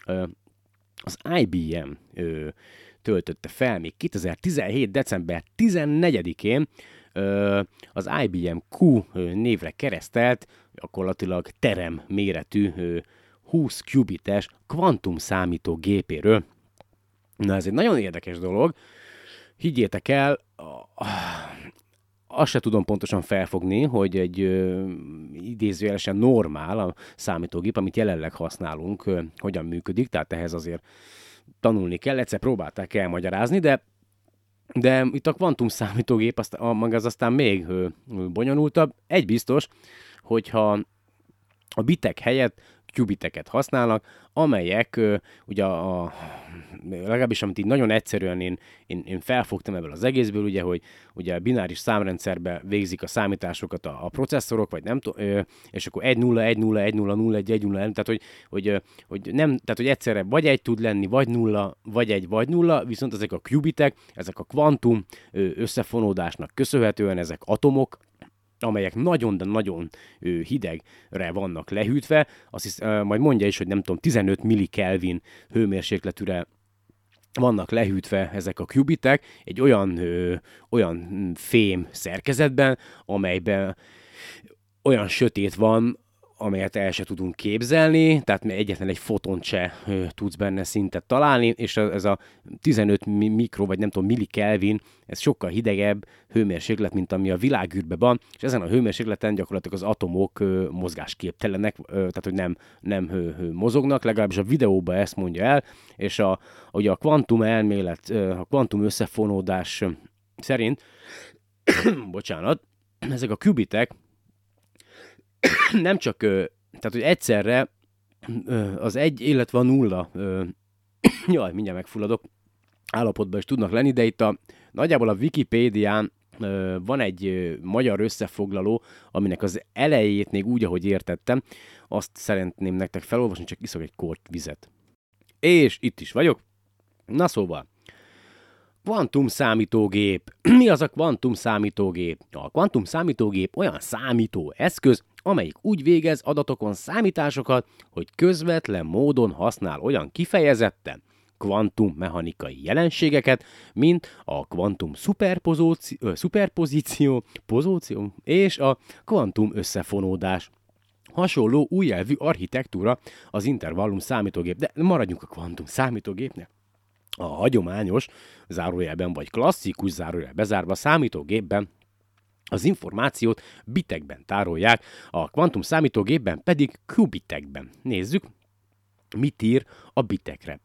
Az IBM töltötte fel még 2017. december 14-én az IBM Q névre keresztelt, gyakorlatilag terem méretű 20 kubites kvantum számítógépéről. Na, ez egy nagyon érdekes dolog. Higgyétek el, azt se tudom pontosan felfogni, hogy egy idézőjelesen normál a számítógép, amit jelenleg használunk, hogyan működik, tehát ehhez azért tanulni kell. Egyszer próbálták elmagyarázni, de itt a kvantum számítógép az aztán még bonyolultabb. Egy biztos, hogyha a bitek helyett qubiteket használnak, amelyek ugye legalábbis amit így nagyon egyszerűen én felfogtam ebből az egészből, ugye, hogy ugye a bináris számrendszerbe végzik a számításokat a processzorok, vagy nem és akkor 1 0 1 0 1 0 0 1 1 0, tehát hogy nem, tehát hogy egyszerre vagy 1 tud lenni, vagy 0, vagy 1, vagy 0, viszont ezek a qubitek, ezek a kvantum összefonódásnak köszönhetően ezek atomok, amelyek nagyon, de nagyon hidegre vannak lehűtve, azt hisz, majd mondja is, hogy nem tudom, 15 millikelvin hőmérsékletűre vannak lehűtve ezek a kubitek egy olyan fém szerkezetben, amelyben olyan sötét van, amelyet el se tudunk képzelni, tehát egyetlen egy fotont se tudsz benne szintet találni, és ez a 15 mikro, vagy nem tudom, millikelvin, ez sokkal hidegebb hőmérséklet, mint ami a világűrben van, és ezen a hőmérsékleten gyakorlatilag az atomok mozgásképtelenek, tehát hogy nem mozognak, legalábbis a videóban ezt mondja el, és ugye a kvantum elmélet, a kvantum összefonódás szerint, bocsánat, ezek a kubitek nem csak, tehát hogy egyszerre az 1, illetve a 0, jaj, mindjárt megfulladok, állapotban is tudnak lenni, de itt nagyjából a Wikipédián van egy magyar összefoglaló, aminek az elejét még úgy, ahogy értettem, azt szeretném nektek felolvasni, csak iszok egy korty vizet. És itt is vagyok. Na szóval, kvantum számítógép. Mi az a kvantum számítógép? A kvantum számítógép olyan számító eszköz, amelyik úgy végez adatokon számításokat, hogy közvetlen módon használ olyan kifejezetten kvantummechanikai jelenségeket, mint a kvantum szuperpozíció és a kvantum összefonódás. Hasonló újjelvű architektúra az intervallum számítógép, de maradjunk a kvantum számítógépnél. A hagyományos, zárójelben vagy klasszikus zárójel bezárva számítógépben az információt bitekben tárolják, a kvantum számítógépben pedig kubitekben. Nézzük, mit ír a bitekre.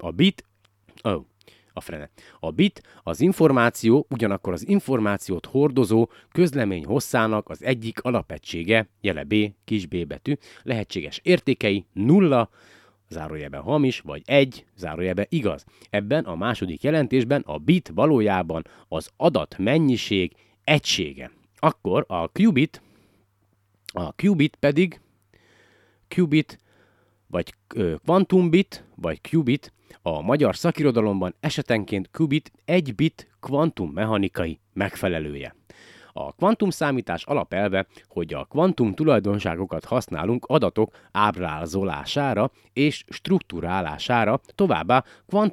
A bit az információ, ugyanakkor az információt hordozó közlemény hosszának az egyik alapegysége, jele B, kis b betű, lehetséges értékei 0, zárójelben hamis, vagy 1, zárójelben igaz. Ebben a második jelentésben a bit valójában az adatmennyiség egysége. Akkor a qubit pedig vagy kvantumbit, vagy qubit, a magyar szakirodalomban esetenként qubit 1 bit kvantummechanikai megfelelője. A kvantumszámítás alapelve, hogy a kvantum tulajdonságokat használunk adatok ábrázolására és strukturálására, továbbá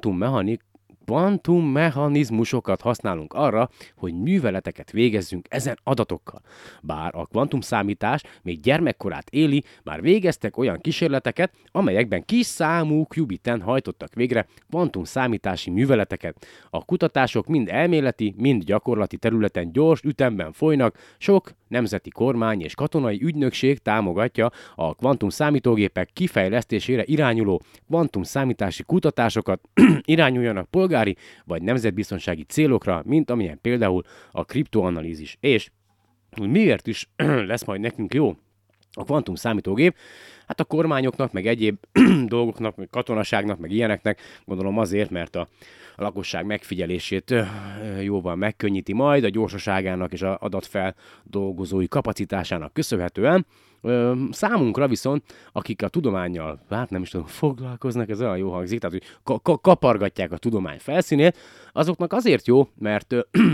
kvantummechanizmusokat használunk arra, hogy műveleteket végezzünk ezen adatokkal. Bár a kvantumszámítás még gyermekkorát éli, már végeztek olyan kísérleteket, amelyekben kis számú qubiten hajtottak végre kvantumszámítási műveleteket. A kutatások mind elméleti, mind gyakorlati területen gyors ütemben folynak, sok nemzeti kormány és katonai ügynökség támogatja a kvantumszámítógépek kifejlesztésére irányuló kvantumszámítási kutatásokat, irányuljanak polgári vagy nemzetbiztonsági célokra, mint amilyen például a kriptoanalízis. És miért is lesz majd nekünk jó a kvantum számítógép? Hát a kormányoknak, meg egyéb dolgoknak, meg katonaságnak, meg ilyeneknek, gondolom azért, mert a lakosság megfigyelését jóval megkönnyíti majd, a gyorsaságának és az adatfeldolgozói kapacitásának köszönhetően. Számunkra viszont, akik a tudománnyal, hát nem is tudom, foglalkoznak, ez olyan jó hangzik, tehát hogy kapargatják a tudomány felszínét, azoknak azért jó, mert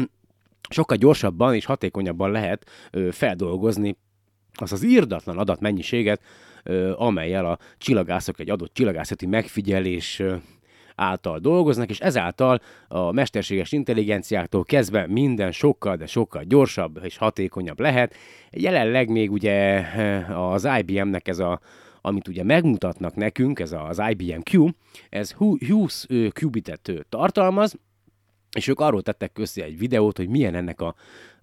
sokkal gyorsabban és hatékonyabban lehet feldolgozni azt az irdatlan adatmennyiséget, amellyel a csillagászok egy adott csillagászati megfigyelés által dolgoznak, és ezáltal a mesterséges intelligenciától kezdve minden sokkal, de sokkal gyorsabb és hatékonyabb lehet. Jelenleg még ugye az IBM-nek ez amit ugye megmutatnak nekünk, ez az IBM Q, ez 20 qubitet tartalmaz, és ők arról tettek közé egy videót, hogy milyen ennek a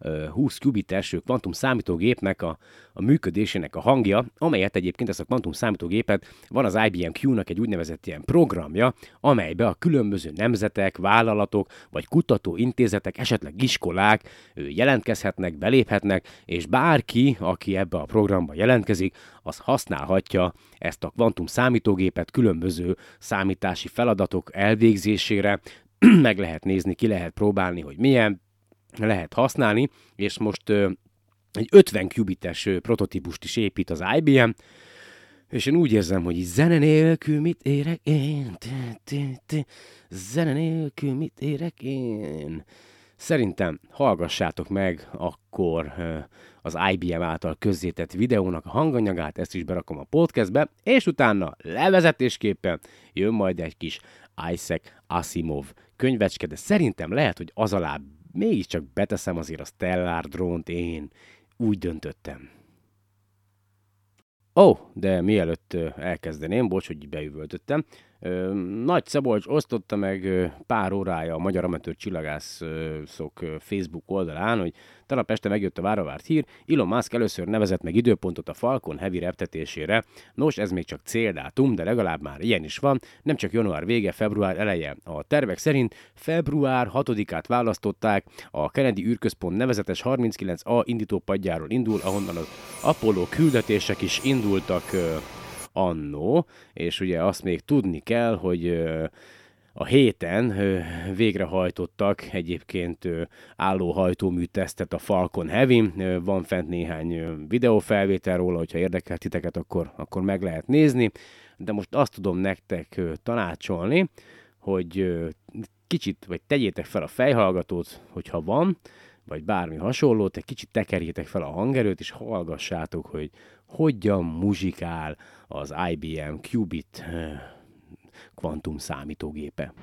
20 qubites kvantum számítógépnek a működésének a hangja, amelyet egyébként ezt a kvantum számítógépet van az IBM Q-nak egy úgynevezett ilyen programja, amelybe a különböző nemzetek, vállalatok vagy kutatóintézetek, esetleg iskolák jelentkezhetnek, beléphetnek, és bárki, aki ebbe a programba jelentkezik, az használhatja ezt a kvantum számítógépet különböző számítási feladatok elvégzésére, meg lehet nézni, ki lehet próbálni, hogy milyen, lehet használni, és most egy 50 qubites prototípust is épít az IBM, és én úgy érzem, hogy zene nélkül mit érek én, zene nélkül mit érek én. Szerintem hallgassátok meg akkor az IBM által közzétett videónak a hanganyagát, ezt is berakom a podcastbe, és utána levezetésképpen jön majd egy kis Isaac Asimov könyvecske, de szerintem lehet, hogy az alá mégiscsak beteszem azért a Stellar drónt, én úgy döntöttem. De mielőtt elkezdeném, bocs, hogy beüvöltöttem, Nagy Szabolcs osztotta meg pár órája a Magyar Amatőr Csillagászok Facebook oldalán, hogy tegnap este megjött a várva várt hír, Elon Musk először nevezett meg időpontot a Falcon Heavy reptetésére. Nos, ez még csak céldátum, de legalább már ilyen is van, nem csak január vége, február eleje. A tervek szerint február 6-át választották, a Kennedy űrközpont nevezetes 39A indítópadjáról indul, ahonnan az Apollo küldetések is indultak annó, és ugye azt még tudni kell, hogy a héten végrehajtottak egyébként állóhajtómű tesztet a Falcon Heavy, van fent néhány videófelvétel róla, hogyha érdekel titeket, akkor meg lehet nézni, de most azt tudom nektek tanácsolni, hogy kicsit, vagy tegyétek fel a fejhallgatót, hogyha van, vagy bármi hasonlót, egy kicsit tekerjétek fel a hangerőt, és hallgassátok, hogy hogyan muzsikál az IBM Qubit kvantum számítógépe.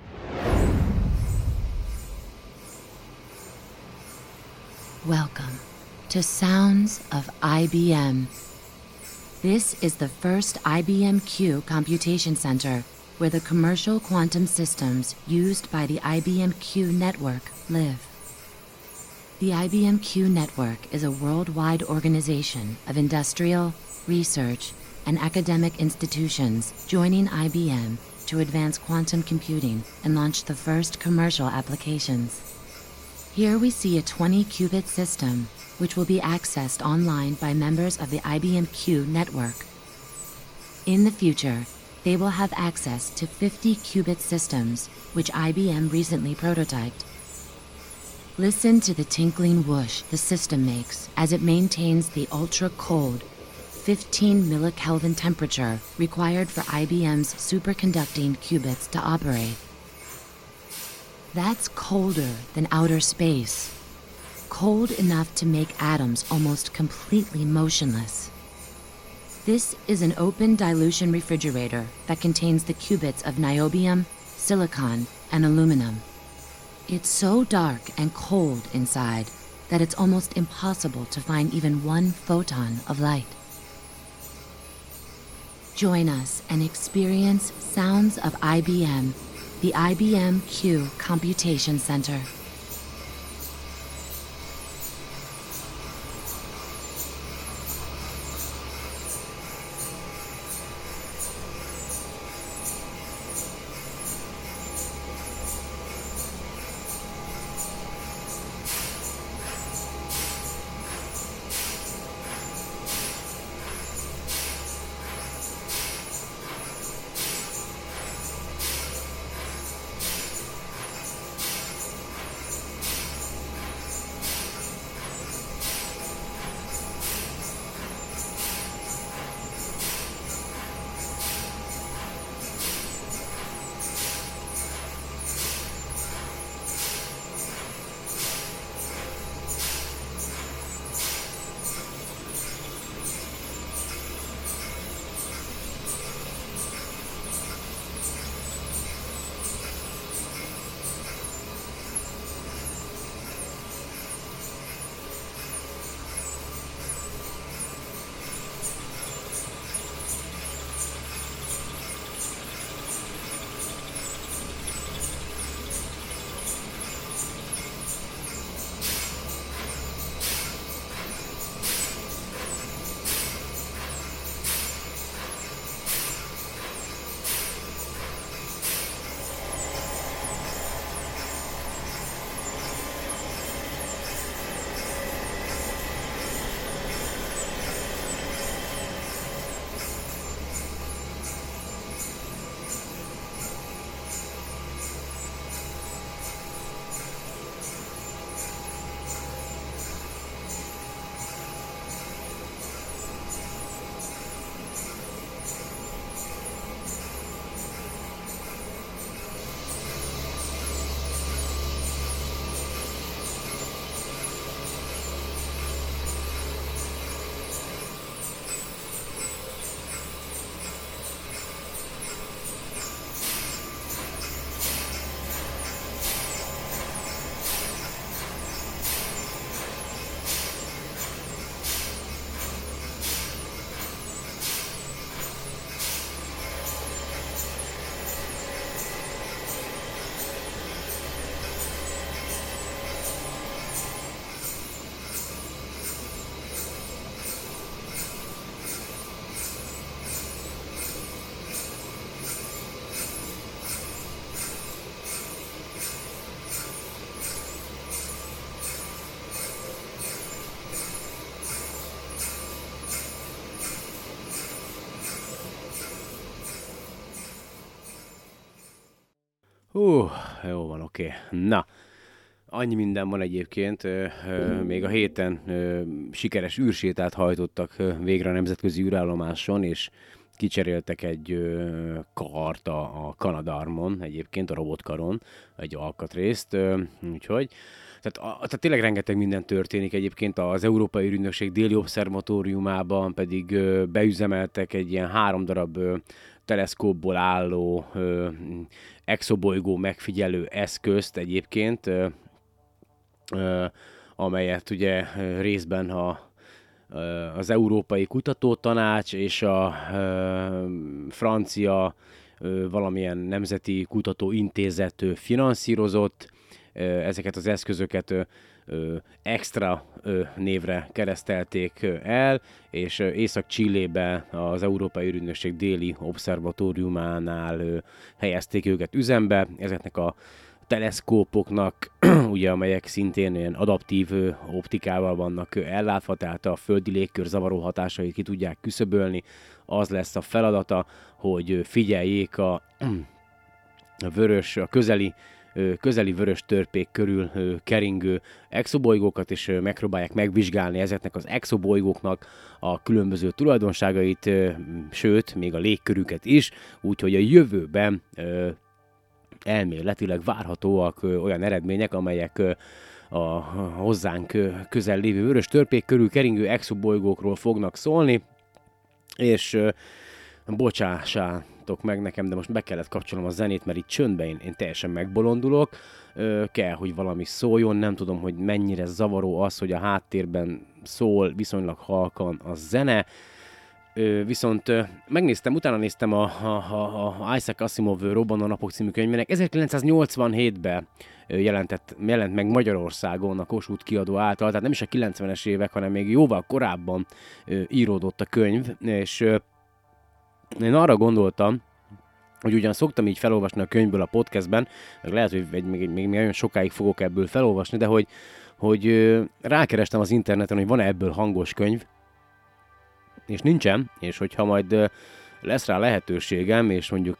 Welcome to Sounds of IBM. This is the first IBM Q Computation Center, where the commercial quantum systems used by the IBM Q network live. The IBM Q network is a worldwide organization of industrial, research, and academic institutions joining IBM to advance quantum computing and launch the first commercial applications. Here we see a 20-qubit system, which will be accessed online by members of the IBM Q network. In the future, they will have access to 50-qubit systems, which IBM recently prototyped. Listen to the tinkling whoosh the system makes as it maintains the ultra-cold 15 millikelvin temperature required for IBM's superconducting qubits to operate. That's colder than outer space. Cold enough to make atoms almost completely motionless. This is an open dilution refrigerator that contains the qubits of niobium, silicon, and aluminum. It's so dark and cold inside that it's almost impossible to find even one photon of light. Join us and experience Sounds of IBM, the IBM Q Computation Center. Jó van, oké. Na, annyi minden van egyébként. Még a héten sikeres űrsétát hajtottak végre a nemzetközi űrállomáson, és kicseréltek egy kart a Canadarmon, egyébként a robotkaron, egy alkatrészt, úgyhogy tehát tényleg rengeteg minden történik. Egyébként az Európai Űrügynökség déli obszervatóriumában pedig beüzemeltek egy ilyen 3 darab teleszkópból álló exobolygó megfigyelő eszközt egyébként, amelyet ugye részben az Európai Kutatótanács és a francia valamilyen nemzeti kutatóintézet finanszírozott. Ezeket az eszközöket extra névre keresztelték el, és Észak-Chilében az Európai Űrügynökség déli obszervatóriumánál helyezték őket üzembe. Ezeknek a teleszkópoknak, ugye, amelyek szintén ilyen adaptív optikával vannak ellátva, tehát a földi légkör zavaró hatásait ki tudják küszöbölni. Az lesz a feladata, hogy figyeljék a közeli vörös törpék körül keringő exobolygókat, és megpróbálják megvizsgálni ezeknek az exobolygóknak a különböző tulajdonságait, sőt, még a légkörüket is, úgyhogy a jövőben elméletileg várhatóak olyan eredmények, amelyek a hozzánk közel lévő vörös törpék körül keringő exobolygókról fognak szólni, és bocsássátok meg nekem, de most be kellett kapcsolnom a zenét, mert itt csöndben én teljesen megbolondulok, kell, hogy valami szóljon, nem tudom, hogy mennyire zavaró az, hogy a háttérben szól viszonylag halkan a zene, viszont utána néztem a Isaac Asimov Robbanó napok című könyvének. 1987-ben jelent meg Magyarországon a Kossuth kiadó által, tehát nem is a 90-es évek, hanem még jóval korábban íródott a könyv, és én arra gondoltam, hogy ugyan szoktam így felolvasni a könyvből a podcastben, meg lehet, hogy még nagyon sokáig fogok ebből felolvasni, de hogy rákerestem az interneten, hogy van-e ebből hangos könyv, és nincsen, és hogyha majd lesz rá lehetőségem, és mondjuk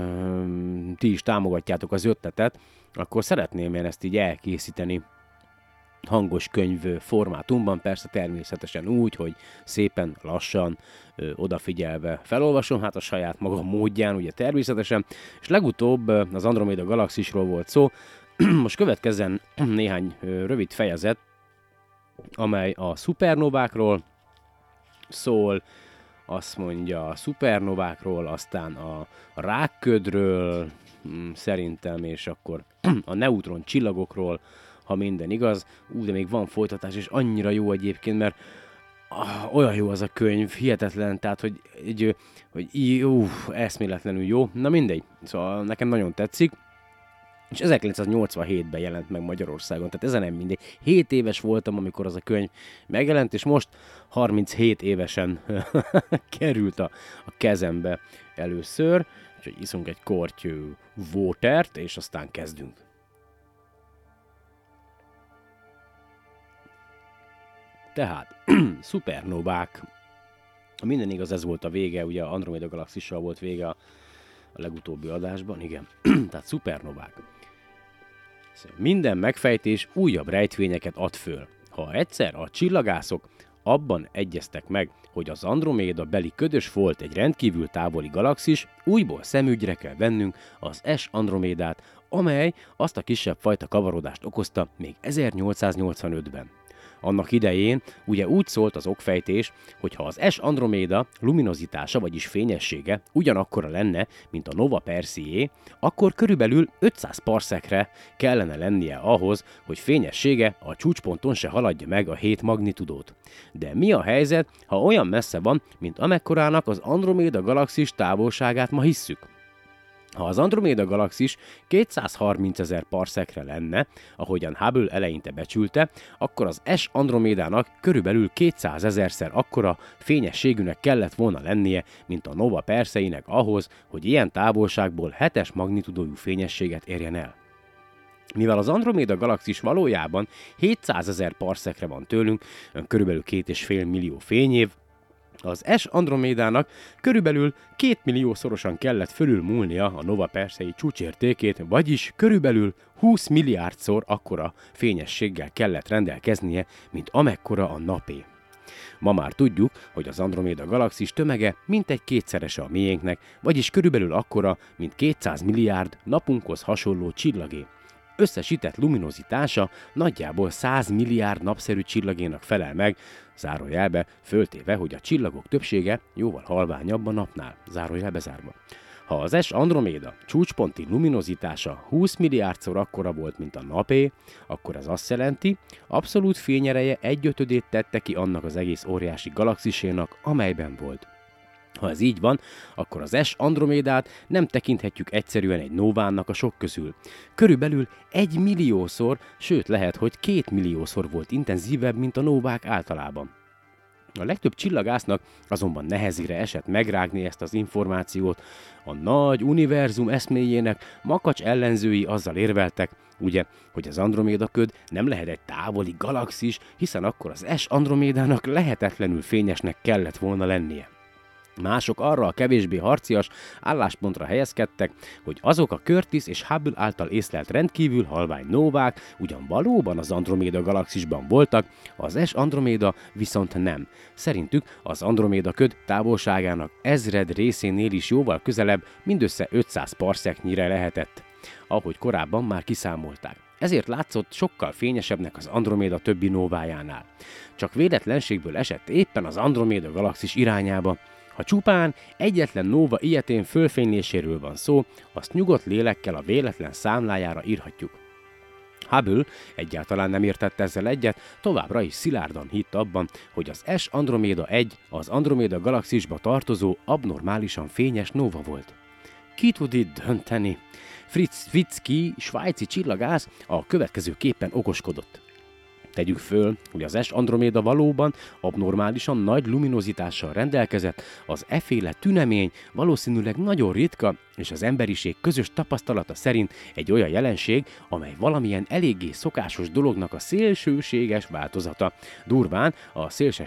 ti is támogatjátok az ötletet, akkor szeretném én ezt így elkészíteni hangos könyv formátumban, persze természetesen úgy, hogy szépen lassan odafigyelve felolvasom, hát a saját magam módján, ugye természetesen, és legutóbb az Andromeda galaxisról volt szó, most következzen néhány rövid fejezet, amely a szupernovákról szól, azt mondja a szupernovákról, aztán a rákködről szerintem, és akkor a neutron csillagokról, ha minden igaz. De még van folytatás, és annyira jó egyébként, mert olyan jó az a könyv, hihetetlen, tehát, hogy eszméletlenül jó. Na mindegy, szóval nekem nagyon tetszik. És 1987-ben jelent meg Magyarországon, tehát ezen nem mindegy. 7 éves voltam, amikor az a könyv megjelent, és most 37 évesen került a kezembe először. Úgyhogy iszunk egy kortyű watert, és aztán kezdünk. Tehát, szupernovák. Minden igaz, ez volt a vége, ugye Andromeda galaxissal volt vége a legutóbbi adásban, igen. Tehát szupernovák. Minden megfejtés újabb rejtvényeket ad föl. Ha egyszer a csillagászok abban egyeztek meg, hogy az Androméda beli ködös folt egy rendkívül távoli galaxis, újból szemügyre kell vennünk az S Andromédát, amely azt a kisebb fajta kavarodást okozta még 1885-ben. Annak idején ugye úgy szólt az okfejtés, hogy ha az S Androméda luminozitása, vagyis fényessége ugyanakkora lenne, mint a Nova Persei, akkor körülbelül 500 parsekre kellene lennie ahhoz, hogy fényessége a csúcsponton se haladja meg a 7 magnitudót. De mi a helyzet, ha olyan messze van, mint amekkorának az Androméda galaxis távolságát ma hisszük? Ha az Androméda galaxis 230 000 parsekre lenne, ahogyan Hubble eleinte becsülte, akkor az S Andromédának körülbelül 200 000-szer akkora fényességűnek kellett volna lennie, mint a Nova Perseinek ahhoz, hogy ilyen távolságból 7-es magnitudójú fényességet érjen el. Mivel az Androméda galaxis valójában 700 000 parsekre van tőlünk, körülbelül 2,5 millió fényév, az S Andromédának körülbelül 2 milliószorosan kellett fölülmúlnia a Nova Persei csúcsértékét, vagyis körülbelül 20 milliárdszor akkora fényességgel kellett rendelkeznie, mint amekkora a napé. Ma már tudjuk, hogy az Androméda galaxis tömege mintegy kétszerese a miénknek, vagyis körülbelül akkora, mint 200 milliárd napunkhoz hasonló csillagé. Összesített luminozitása nagyjából 100 milliárd napszerű csillagénak felel meg, zárójelbe föltéve, hogy a csillagok többsége jóval halványabb a napnál, zárójelbe zárva. Ha az S Androméda csúcsponti luminozitása 20 milliárdszor akkora volt, mint a napé, akkor ez azt jelenti, abszolút fényereje 1/5-ét tette ki annak az egész óriási galaxisénak, amelyben volt. Ha ez így van, akkor az S Andromédát nem tekinthetjük egyszerűen egy nóvának a sok közül. Körülbelül 1 milliószor, sőt lehet, hogy 2 milliószor volt intenzívebb, mint a nóvák általában. A legtöbb csillagásznak azonban nehezére esett megrágni ezt az információt. A nagy univerzum eszméjének makacs ellenzői azzal érveltek, ugye, hogy az Androméda köd nem lehet egy távoli galaxis, hiszen akkor az S Andromédának lehetetlenül fényesnek kellett volna lennie. Mások arra a kevésbé harcias álláspontra helyezkedtek, hogy azok a Curtis és Hubble által észlelt rendkívül halvány nóvák ugyan valóban az Androméda galaxisban voltak, az S Androméda viszont nem. Szerintük az Androméda köd távolságának ezred részénél is jóval közelebb, mindössze 500 parsecknyire lehetett, ahogy korábban már kiszámolták. Ezért látszott sokkal fényesebbnek az Androméda többi nóvájánál. Csak véletlenségből esett éppen az Androméda galaxis irányába. Ha csupán egyetlen nóva ilyetén fölfényléséről van szó, azt nyugodt lélekkel a véletlen számlájára írhatjuk. Hubble egyáltalán nem értett ezzel egyet, továbbra is szilárdan hitt abban, hogy az S Androméda 1 az Androméda galaxisba tartozó abnormálisan fényes nóva volt. Ki tud itt dönteni? Fritz Zwicky, svájci csillagász a következő képen okoskodott. Tegyük föl, hogy az S Androméda valóban abnormálisan nagy luminozitással rendelkezett, az efféle tünemény valószínűleg nagyon ritka, és az emberiség közös tapasztalata szerint egy olyan jelenség, amely valamilyen eléggé szokásos dolognak a szélsőséges változata. Durván a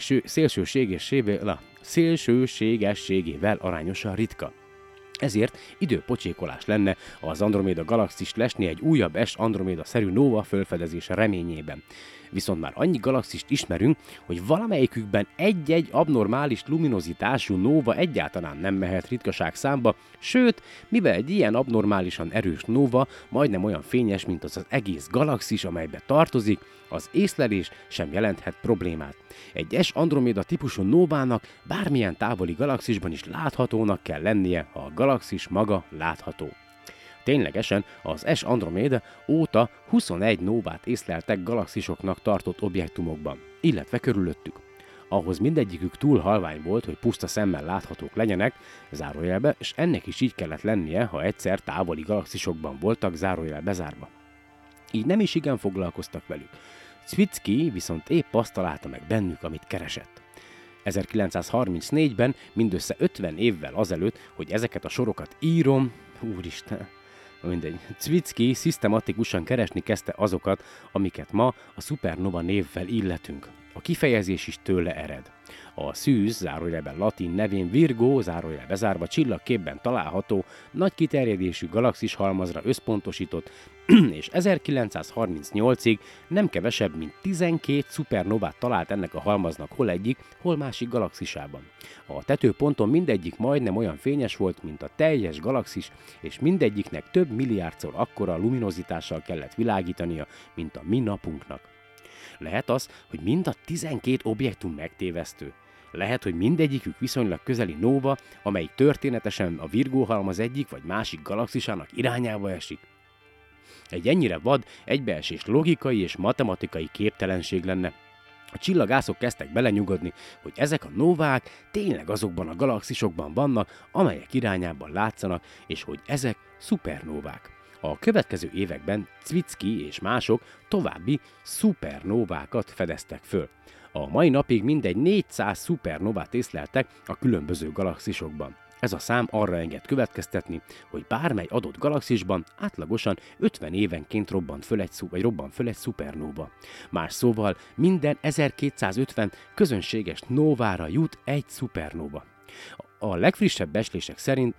szélsőségességével arányosan ritka. Ezért időpocsékolás lenne az Androméda galaxist lesni egy újabb S Androméda-szerű nóva felfedezése reményében. Viszont már annyi galaxist ismerünk, hogy valamelyikükben egy-egy abnormális luminozitású nóva egyáltalán nem mehet ritkaság számba, sőt, mivel egy ilyen abnormálisan erős nóva majdnem olyan fényes, mint az egész galaxis, amelybe tartozik, az észlelés sem jelenthet problémát. Egy S Androméda típusú nóvának bármilyen távoli galaxisban is láthatónak kell lennie, ha a galaxis maga látható. Ténylegesen az S Androméda óta 21 nóvát észleltek galaxisoknak tartott objektumokban, illetve körülöttük. Ahhoz mindegyikük túl halvány volt, hogy puszta szemmel láthatók legyenek, zárójelbe, és ennek is így kellett lennie, ha egyszer távoli galaxisokban voltak, zárójelbe zárva. Így nem is igen foglalkoztak velük. Zwicky viszont épp azt találta meg bennük, amit keresett. 1934-ben, mindössze 50 évvel azelőtt, hogy ezeket a sorokat írom, úristen, mindegy, Zwicky szisztematikusan keresni kezdte azokat, amiket ma a szupernova névvel illetünk. A kifejezés is tőle ered. A szűz, zárójelben latin nevén Virgo, zárójelbe zárva csillagképben található, nagy kiterjedésű galaxis halmazra összpontosított, és 1938-ig nem kevesebb, mint 12 szupernovát talált ennek a halmaznak hol egyik, hol másik galaxisában. A tetőponton mindegyik majdnem olyan fényes volt, mint a teljes galaxis, és mindegyiknek több milliárdszor akkora luminozitással kellett világítania, mint a mi napunknak. Lehet az, hogy mind a 12 objektum megtévesztő. Lehet, hogy mindegyikük viszonylag közeli nóva, amelyik történetesen a Virgo halmaz egyik vagy másik galaxisának irányába esik. Egy ennyire vad, egybeesés logikai és matematikai képtelenség lenne. A csillagászok kezdtek belenyugodni, hogy ezek a nóvák tényleg azokban a galaxisokban vannak, amelyek irányában látszanak, és hogy ezek szupernóvák. A következő években Zwicky és mások további szupernóvákat fedeztek föl. A mai napig mindegy 400 szupernóvát észleltek a különböző galaxisokban. Ez a szám arra enged következtetni, hogy bármely adott galaxisban átlagosan 50 évenként robban föl egy szupernóva. Más szóval minden 1250 közönséges nóvára jut egy szupernóva. A legfrissebb becslések szerint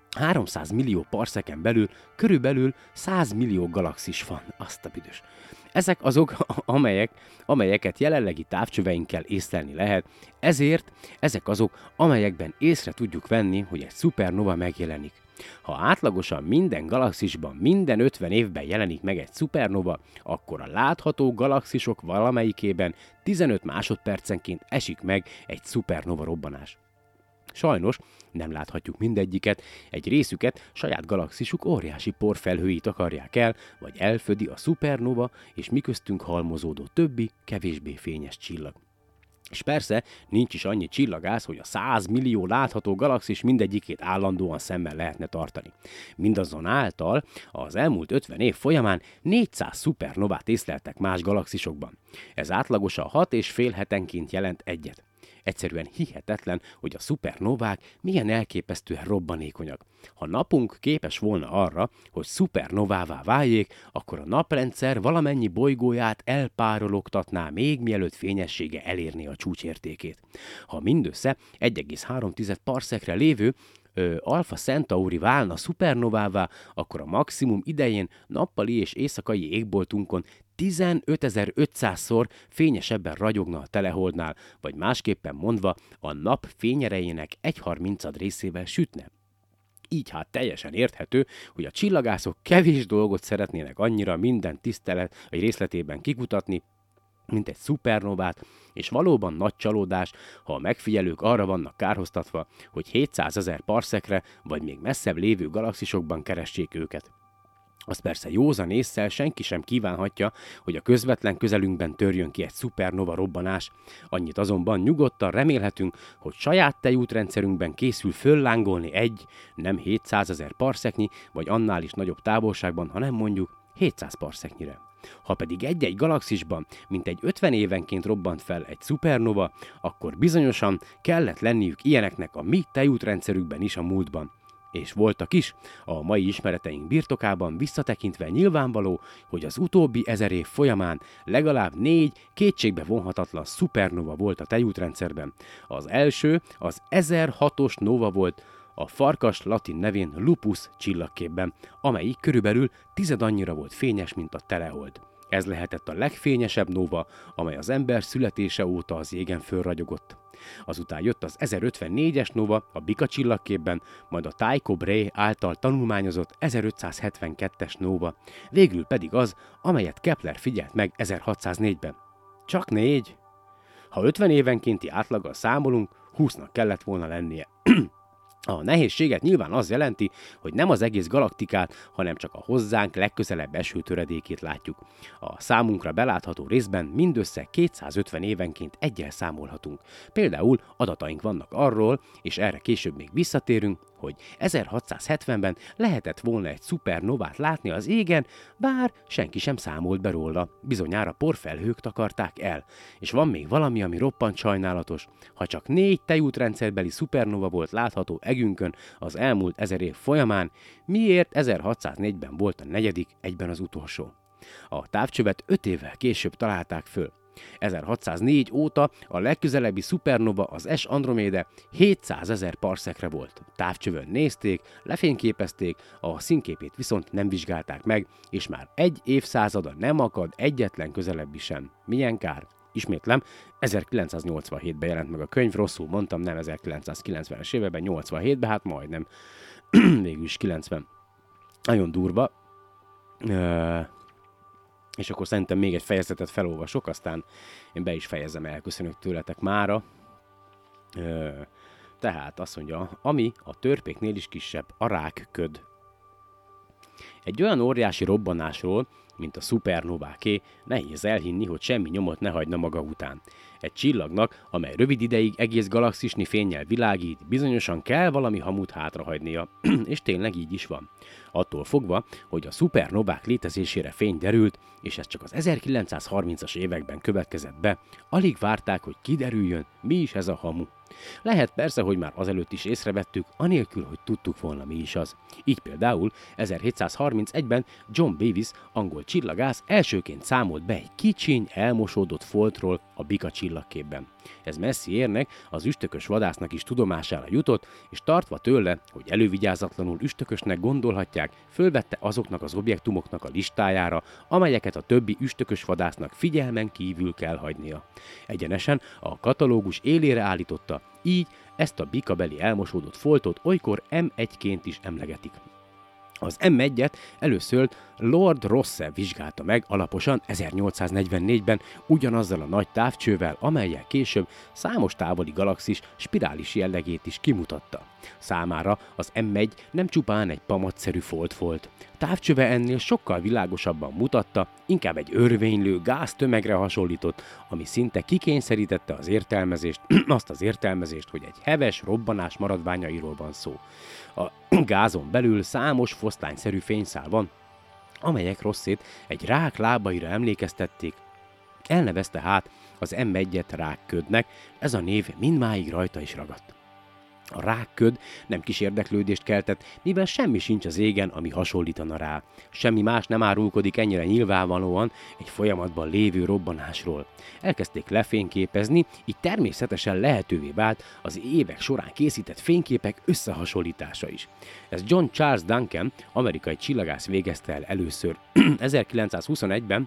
300 millió parseken belül körülbelül 100 millió galaxis van, azt a büdös. Ezek azok, amelyeket jelenlegi távcsöveinkkel észlelni lehet, ezért ezek azok, amelyekben észre tudjuk venni, hogy egy szupernova megjelenik. Ha átlagosan minden galaxisban minden 50 évben jelenik meg egy szupernova, akkor a látható galaxisok valamelyikében 15 másodpercenként esik meg egy szupernova robbanás. Sajnos nem láthatjuk mindegyiket, egy részüket saját galaxisuk óriási porfelhőit akarják el, vagy elfödi a szupernova és miköztünk halmozódó többi, kevésbé fényes csillag. És persze nincs is annyi csillagász, hogy a 100 millió látható galaxis mindegyikét állandóan szemmel lehetne tartani. Mindazonáltal az elmúlt 50 év folyamán 400 szupernovát észleltek más galaxisokban. Ez átlagosan 6,5 hetenként jelent egyet. Egyszerűen hihetetlen, hogy a szupernovák milyen elképesztően robbanékonyak. Ha napunk képes volna arra, hogy szupernovává váljék, akkor a naprendszer valamennyi bolygóját elpárologtatná még mielőtt fényessége elérné a csúcsértékét. Ha mindössze 1,3 parszekre lévő Alpha Centauri válna szupernovává, akkor a maximum idején nappali és éjszakai égboltunkon 15.500-szor fényesebben ragyogna a teleholdnál, vagy másképpen mondva a nap fényerejének 1/30 részével sütne. Így hát teljesen érthető, hogy a csillagászok kevés dolgot szeretnének annyira minden tisztelet vagy részletében kikutatni, mint egy szupernovát, és valóban nagy csalódás, ha a megfigyelők arra vannak kárhoztatva, hogy 700 000 parszekre vagy még messzebb lévő galaxisokban keressék őket. Az persze józan ésszel senki sem kívánhatja, hogy a közvetlen közelünkben törjön ki egy szupernova robbanás. Annyit azonban nyugodtan remélhetünk, hogy saját tejútrendszerünkben készül föllángolni egy, nem 700 000 parszeknyi, vagy annál is nagyobb távolságban, hanem mondjuk 700 parszeknyire. Ha pedig egy-egy galaxisban mintegy 50 évenként robbant fel egy szupernova, akkor bizonyosan kellett lenniük ilyeneknek a mi tejútrendszerükben is a múltban. És voltak is, a mai ismereteink birtokában visszatekintve nyilvánvaló, hogy az utóbbi 1000 év folyamán legalább 4 kétségbe vonhatatlan szupernova volt a tejútrendszerben. Az első az 1006-os nova volt, a farkas latin nevén Lupus csillagképben, amelyik körülbelül 10 annyira volt fényes, mint a telehold. Ez lehetett a legfényesebb nova, amely az ember születése óta az jégen fölragyogott. Azután jött az 1054-es nova a Bika csillagképben, majd a Tycho Brahe által tanulmányozott 1572-es nova, végül pedig az, amelyet Kepler figyelt meg 1604-ben. Csak 4? Ha 50 évenkénti átlaggal számolunk, 20-nak kellett volna lennie. A nehézséget nyilván az jelenti, hogy nem az egész galaktikát, hanem csak a hozzánk legközelebb eső töredékét látjuk. A számunkra belátható részben mindössze 250 évenként egyel számolhatunk. Például adataink vannak arról, és erre később még visszatérünk, hogy 1670-ben lehetett volna egy szupernovát látni az égen, bár senki sem számolt be róla, bizonyára porfelhők takarták el. És van még valami, ami roppant sajnálatos. Ha csak 4 tejútrendszerbeli szupernova volt látható egünkön az elmúlt 1000 év folyamán, miért 1604-ben volt a negyedik, egyben az utolsó? A távcsövet 5 évvel később találták föl. 1604 óta a legközelebbi szupernova, az S Andromeda 700 000 parszekre volt. Távcsövön nézték, lefényképezték, a színképét viszont nem vizsgálták meg, és már egy évszázada nem akad egyetlen közelebbi sem. Milyen kár? Ismétlem, 1987-ben jelent meg a könyv, rosszul mondtam, nem 1990-es években, 87-ben, hát majdnem, végül is 90. Nagyon durva. És akkor szerintem még egy fejezetet felolvasok, aztán én be is fejezem, elköszönök tőletek mára. Tehát azt mondja, ami a törpéknél is kisebb, a rákköd. Egy olyan óriási robbanásról, mint a szupernováké, nehéz elhinni, hogy semmi nyomot ne hagyna maga után. Egy csillagnak, amely rövid ideig egész galaxisnyi fénnyel világít, bizonyosan kell valami hamut hátrahagynia, és tényleg így is van. Attól fogva, hogy a szupernovák létezésére fény derült, és ez csak az 1930-as években következett be, alig várták, hogy kiderüljön, mi is ez a hamu. Lehet persze, hogy már azelőtt is észrevettük, anélkül, hogy tudtuk volna, mi is az. Így például 1731-ben John Bevis, angol csillagász elsőként számolt be egy kicsiny, elmosódott foltról a Bika csillagképben. Ez Messiernek, az üstökös vadásznak is tudomására jutott, és tartva tőle, hogy elővigyázatlanul üstökösnek gondolhatják, fölvette azoknak az objektumoknak a listájára, amelyeket a többi üstökös vadásznak figyelmen kívül kell hagynia. Egyenesen a katalógus élére állította, így ezt a bikabeli elmosódott foltot olykor M1-ként is emlegetik. Az M1-et először Lord Rosse vizsgálta meg alaposan 1844-ben ugyanazzal a nagy távcsővel, amellyel később számos távoli galaxis spirális jellegét is kimutatta. Számára az M1 nem csupán egy pamatszerű folt volt. Távcsöve ennél sokkal világosabban mutatta, inkább egy örvénylő gáztömegre hasonlított, ami szinte kikényszerítette az értelmezést, azt az értelmezést, hogy egy heves robbanás maradványairól van szó. A gázon belül számos foszlányszerű fényszál van, amelyek Rosszét egy rák lábaira emlékeztették. Elnevezte hát az M1-et rákködnek, ez a név mindmáig rajta is ragadt. A rákköd nem kis érdeklődést keltett, mivel semmi sincs az égen, ami hasonlítana rá. Semmi más nem árulkodik ennyire nyilvánvalóan egy folyamatban lévő robbanásról. Elkezdték lefényképezni, így természetesen lehetővé vált az évek során készített fényképek összehasonlítása is. Ez John Charles Duncan, amerikai csillagász végezte el először 1921-ben.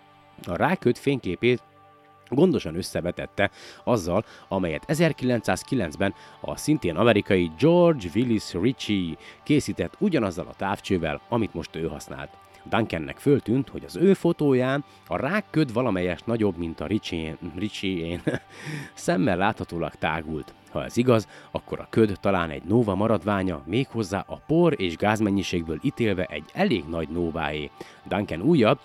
A rákköd fényképét gondosan összevetette azzal, amelyet 1909-ben a szintén amerikai George Willis Ritchie készített ugyanazzal a távcsővel, amit most ő használt. Duncannek föltűnt, hogy az ő fotóján a rákköd valamelyest nagyobb, mint a Ritchie-én. Szemmel láthatólag tágult. Ha ez igaz, akkor a köd talán egy nóva maradványa, méghozzá a por és gázmennyiségből ítélve egy elég nagy nóváé. Duncan újabb,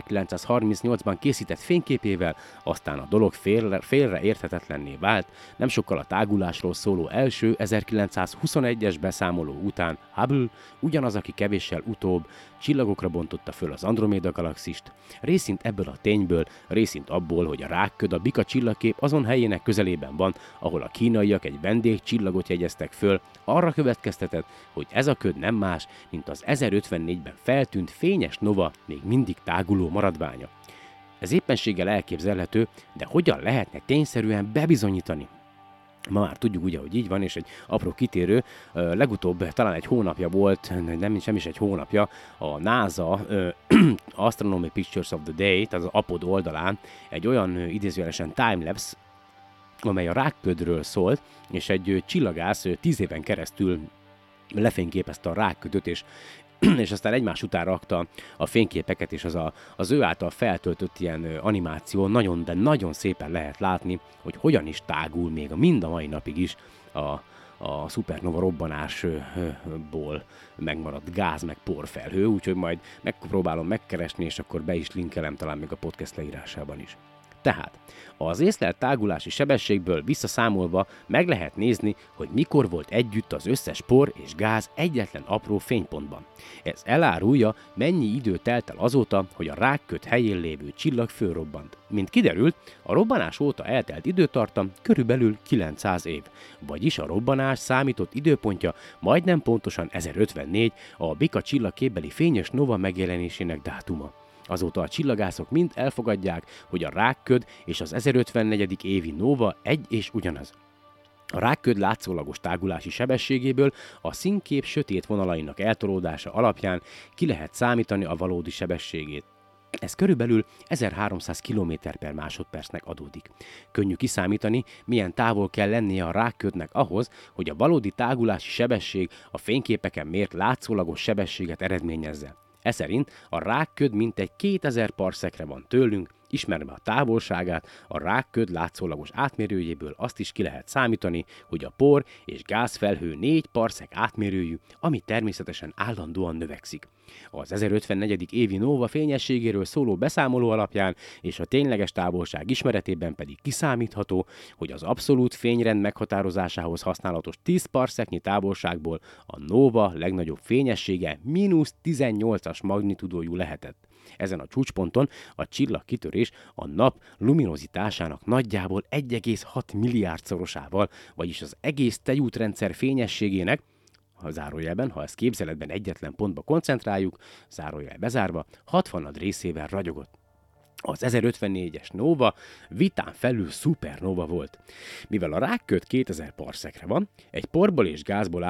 1938-ban készített fényképével aztán a dolog félre érthetetlenné vált, nem sokkal a tágulásról szóló első 1921-es beszámoló után Hubble, ugyanaz, aki kevéssel utóbb csillagokra bontotta föl az Androméda galaxist, részint ebből a tényből, részint abból, hogy a rákköd a Bika csillagkép azon helyének közelében van, ahol a kínaiak egy vendégcsillagot jegyeztek föl, arra következtetett, hogy ez a köd nem más, mint az 1054-ben feltűnt fényes nova még mindig táguló maradványa. Ez éppenséggel elképzelhető, de hogyan lehetne tényszerűen bebizonyítani? Ma már tudjuk ugye, hogy így van, és egy apró kitérő, legutóbb talán egy hónapja volt, nem is egy hónapja, a NASA Astronomy Pictures of the Day, tehát az APOD oldalán egy olyan idézőjelesen timelapse, amely a rákködről szólt, és egy csillagász 10 éven keresztül lefényképezte a rákködöt, és aztán egymás után rakta a fényképeket, és az ő által feltöltött ilyen animáció nagyon, de nagyon szépen lehet látni, hogy hogyan is tágul még mind a mai napig is a szupernova robbanásból megmaradt gáz meg porfelhő, úgyhogy majd megpróbálom megkeresni, és akkor be is linkelem talán még a podcast leírásában is. Tehát az észlelt tágulási sebességből visszaszámolva meg lehet nézni, hogy mikor volt együtt az összes por és gáz egyetlen apró fénypontban. Ez elárulja, mennyi idő telt el azóta, hogy a rákköd helyén lévő csillag fölrobbant. Mint kiderült, a robbanás óta eltelt időtartam körülbelül 900 év, vagyis a robbanás számított időpontja majdnem pontosan 1054, a Bika csillagképbeli fényes nova megjelenésének dátuma. Azóta a csillagászok mind elfogadják, hogy a rákköd és az 1054. évi nóva egy és ugyanaz. A rákköd látszólagos tágulási sebességéből a színkép sötét vonalainak eltolódása alapján ki lehet számítani a valódi sebességét. Ez körülbelül 1300 km/másodpercnek adódik. Könnyű kiszámítani, milyen távol kell lennie a rákködnek ahhoz, hogy a valódi tágulási sebesség a fényképeken mért látszólagos sebességet eredményezze. Eszerint a rákköd mintegy 2000 parszekre van tőlünk, ismerve a távolságát, a rákköd látszólagos átmérőjéből azt is ki lehet számítani, hogy a por és gázfelhő 4 parszek átmérőjű, ami természetesen állandóan növekszik. Az 1054. évi nóva fényességéről szóló beszámoló alapján és a tényleges távolság ismeretében pedig kiszámítható, hogy az abszolút fényrend meghatározásához használatos 10 parszeknyi távolságból a nóva legnagyobb fényessége -18-as magnitudójú lehetett. Ezen a csúcsponton a csillagkitörés a nap luminozitásának nagyjából 1,6 milliárdszorosával, vagyis az egész tejútrendszer fényességének, ha zárójelben, ha ezt képzeletben egyetlen pontba koncentráljuk, zárójel bezárva, 60 részével ragyogott. Az 1054-es nóva vitán felül szupernóva volt. Mivel a rákköd 2000 parszekre van, egy porból és gázból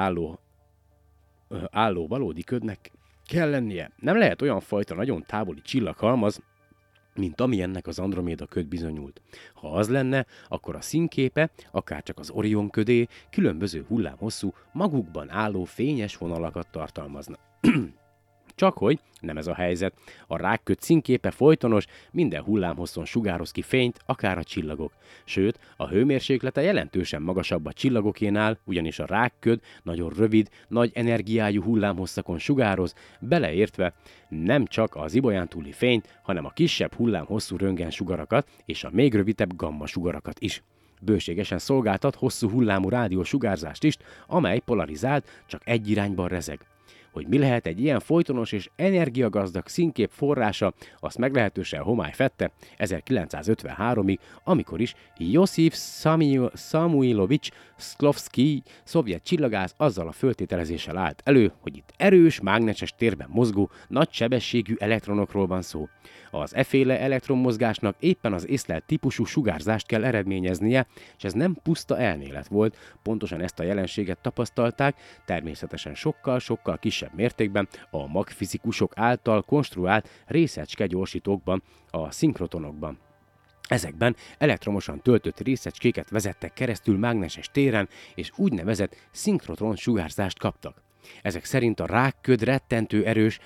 álló valódi ködnek kell lennie. Nem lehet olyan fajta nagyon távoli csillaghalmaz, mint amilyennek az Androméda köd bizonyult. Ha az lenne, akkor a színképe, akárcsak az Orion ködé, különböző hullámhosszú, magukban álló fényes vonalakat tartalmazna. Csak hogy nem ez a helyzet. A rákköd színképe folytonos, minden hullámhosszon sugároz ki fényt, akár a csillagok. Sőt, a hőmérséklete jelentősen magasabb a csillagokénál, ugyanis a rákköd nagyon rövid, nagy energiájú hullámhosszakon sugároz, beleértve nem csak az ibolyán túli fényt, hanem a kisebb hullámhosszú röntgensugarakat és a még rövidebb gamma sugarakat is. Bőségesen szolgáltat hosszú hullámú rádiósugárzást is, amely polarizált, csak egy irányban rezeg. Hogy mi lehet egy ilyen folytonos és energiagazdag színkép forrása, azt meglehetősen homály fedte 1953-ig, amikor is Josif Samuilovics Szklovszkij, szovjet csillagász azzal a föltételezéssel állt elő, hogy itt erős, mágneses térben mozgó, nagy sebességű elektronokról van szó. Az efféle elektronmozgásnak éppen az észlelt típusú sugárzást kell eredményeznie, és ez nem puszta elmélet volt, pontosan ezt a jelenséget tapasztalták, természetesen sokkal kisebb mértékben a magfizikusok által konstruált részecske-gyorsítókban, a szinkrotonokban. Ezekben elektromosan töltött részecskéket vezettek keresztül mágneses téren, és úgynevezett szinkrotron sugárzást kaptak. Ezek szerint a rákköd rettentő erős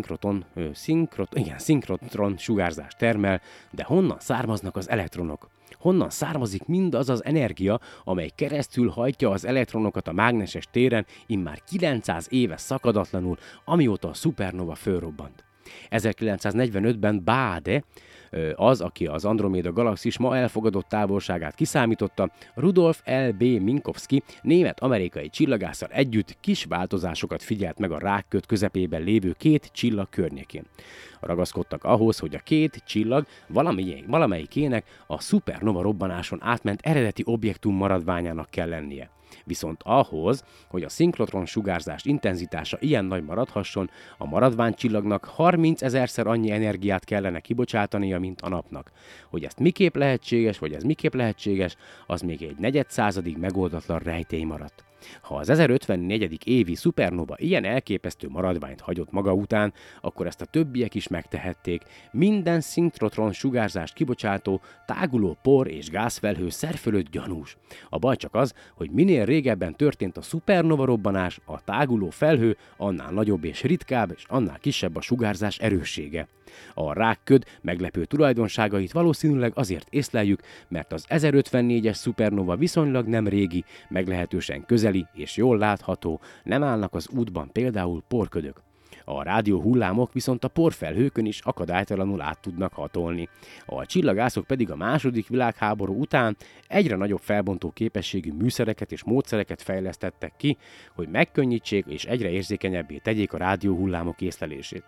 szinkrotron sugárzást termel, de honnan származnak az elektronok? Honnan származik mindaz az energia, amely keresztül hajtja az elektronokat a mágneses téren immár 900 éve szakadatlanul, amióta a szupernova fölrobbant? 1945-ben Baade, az, aki az Androméda galaxis ma elfogadott távolságát kiszámította, Rudolf L.B. Minkowski német-amerikai csillagásszal együtt kis változásokat figyelt meg a rákköd közepében lévő két csillag környékén. Ragaszkodtak ahhoz, hogy a két csillag valamelyikének a szupernova robbanáson átment eredeti objektum maradványának kell lennie. Viszont ahhoz, hogy a szinkrotron sugárzás intenzitása ilyen nagy maradhasson, a maradványcsillagnak 30 000-szer annyi energiát kellene kibocsátania, mint a napnak. Hogy ezt miképp lehetséges, az még egy negyedszázadig megoldatlan rejtély maradt. Ha az 1054. évi szupernova ilyen elképesztő maradványt hagyott maga után, akkor ezt a többiek is megtehették. Minden szinkrotron sugárzást kibocsátó, táguló por és gázfelhő szerfölött gyanús. A baj csak az, hogy minél régebben történt a szupernova robbanás, a táguló felhő annál nagyobb és ritkább, és annál kisebb a sugárzás erőssége. A rákköd meglepő tulajdonságait valószínűleg azért észleljük, mert az 1054-es szupernova viszonylag nem régi, meglehetősen közeli és jól látható, nem állnak az útban például porködök. A rádióhullámok viszont a porfelhőkön is akadálytalanul át tudnak hatolni. A csillagászok pedig a II. Világháború után egyre nagyobb felbontó képességű műszereket és módszereket fejlesztettek ki, hogy megkönnyítsék és egyre érzékenyebbé tegyék a rádióhullámok észlelését.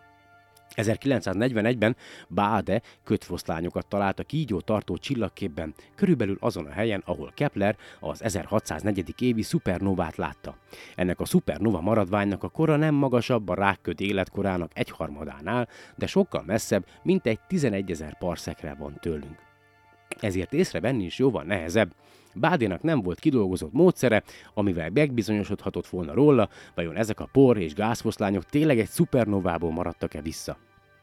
1941-ben Baade kötfoszlányokat talált a kígyótartó csillagképben, körülbelül azon a helyen, ahol Kepler az 1604. évi szupernovát látta. Ennek a szupernova maradványnak a kora nem magasabb a rákköd életkorának 1/3-ánál, de sokkal messzebb, mintegy 11 000 parszekre van tőlünk. Ezért észrevenni is jóval nehezebb. Baadénak nem volt kidolgozott módszere, amivel megbizonyosodhatott volna róla, vajon ezek a por- és gázfoszlányok tényleg egy szupernovából maradtak-e vissza.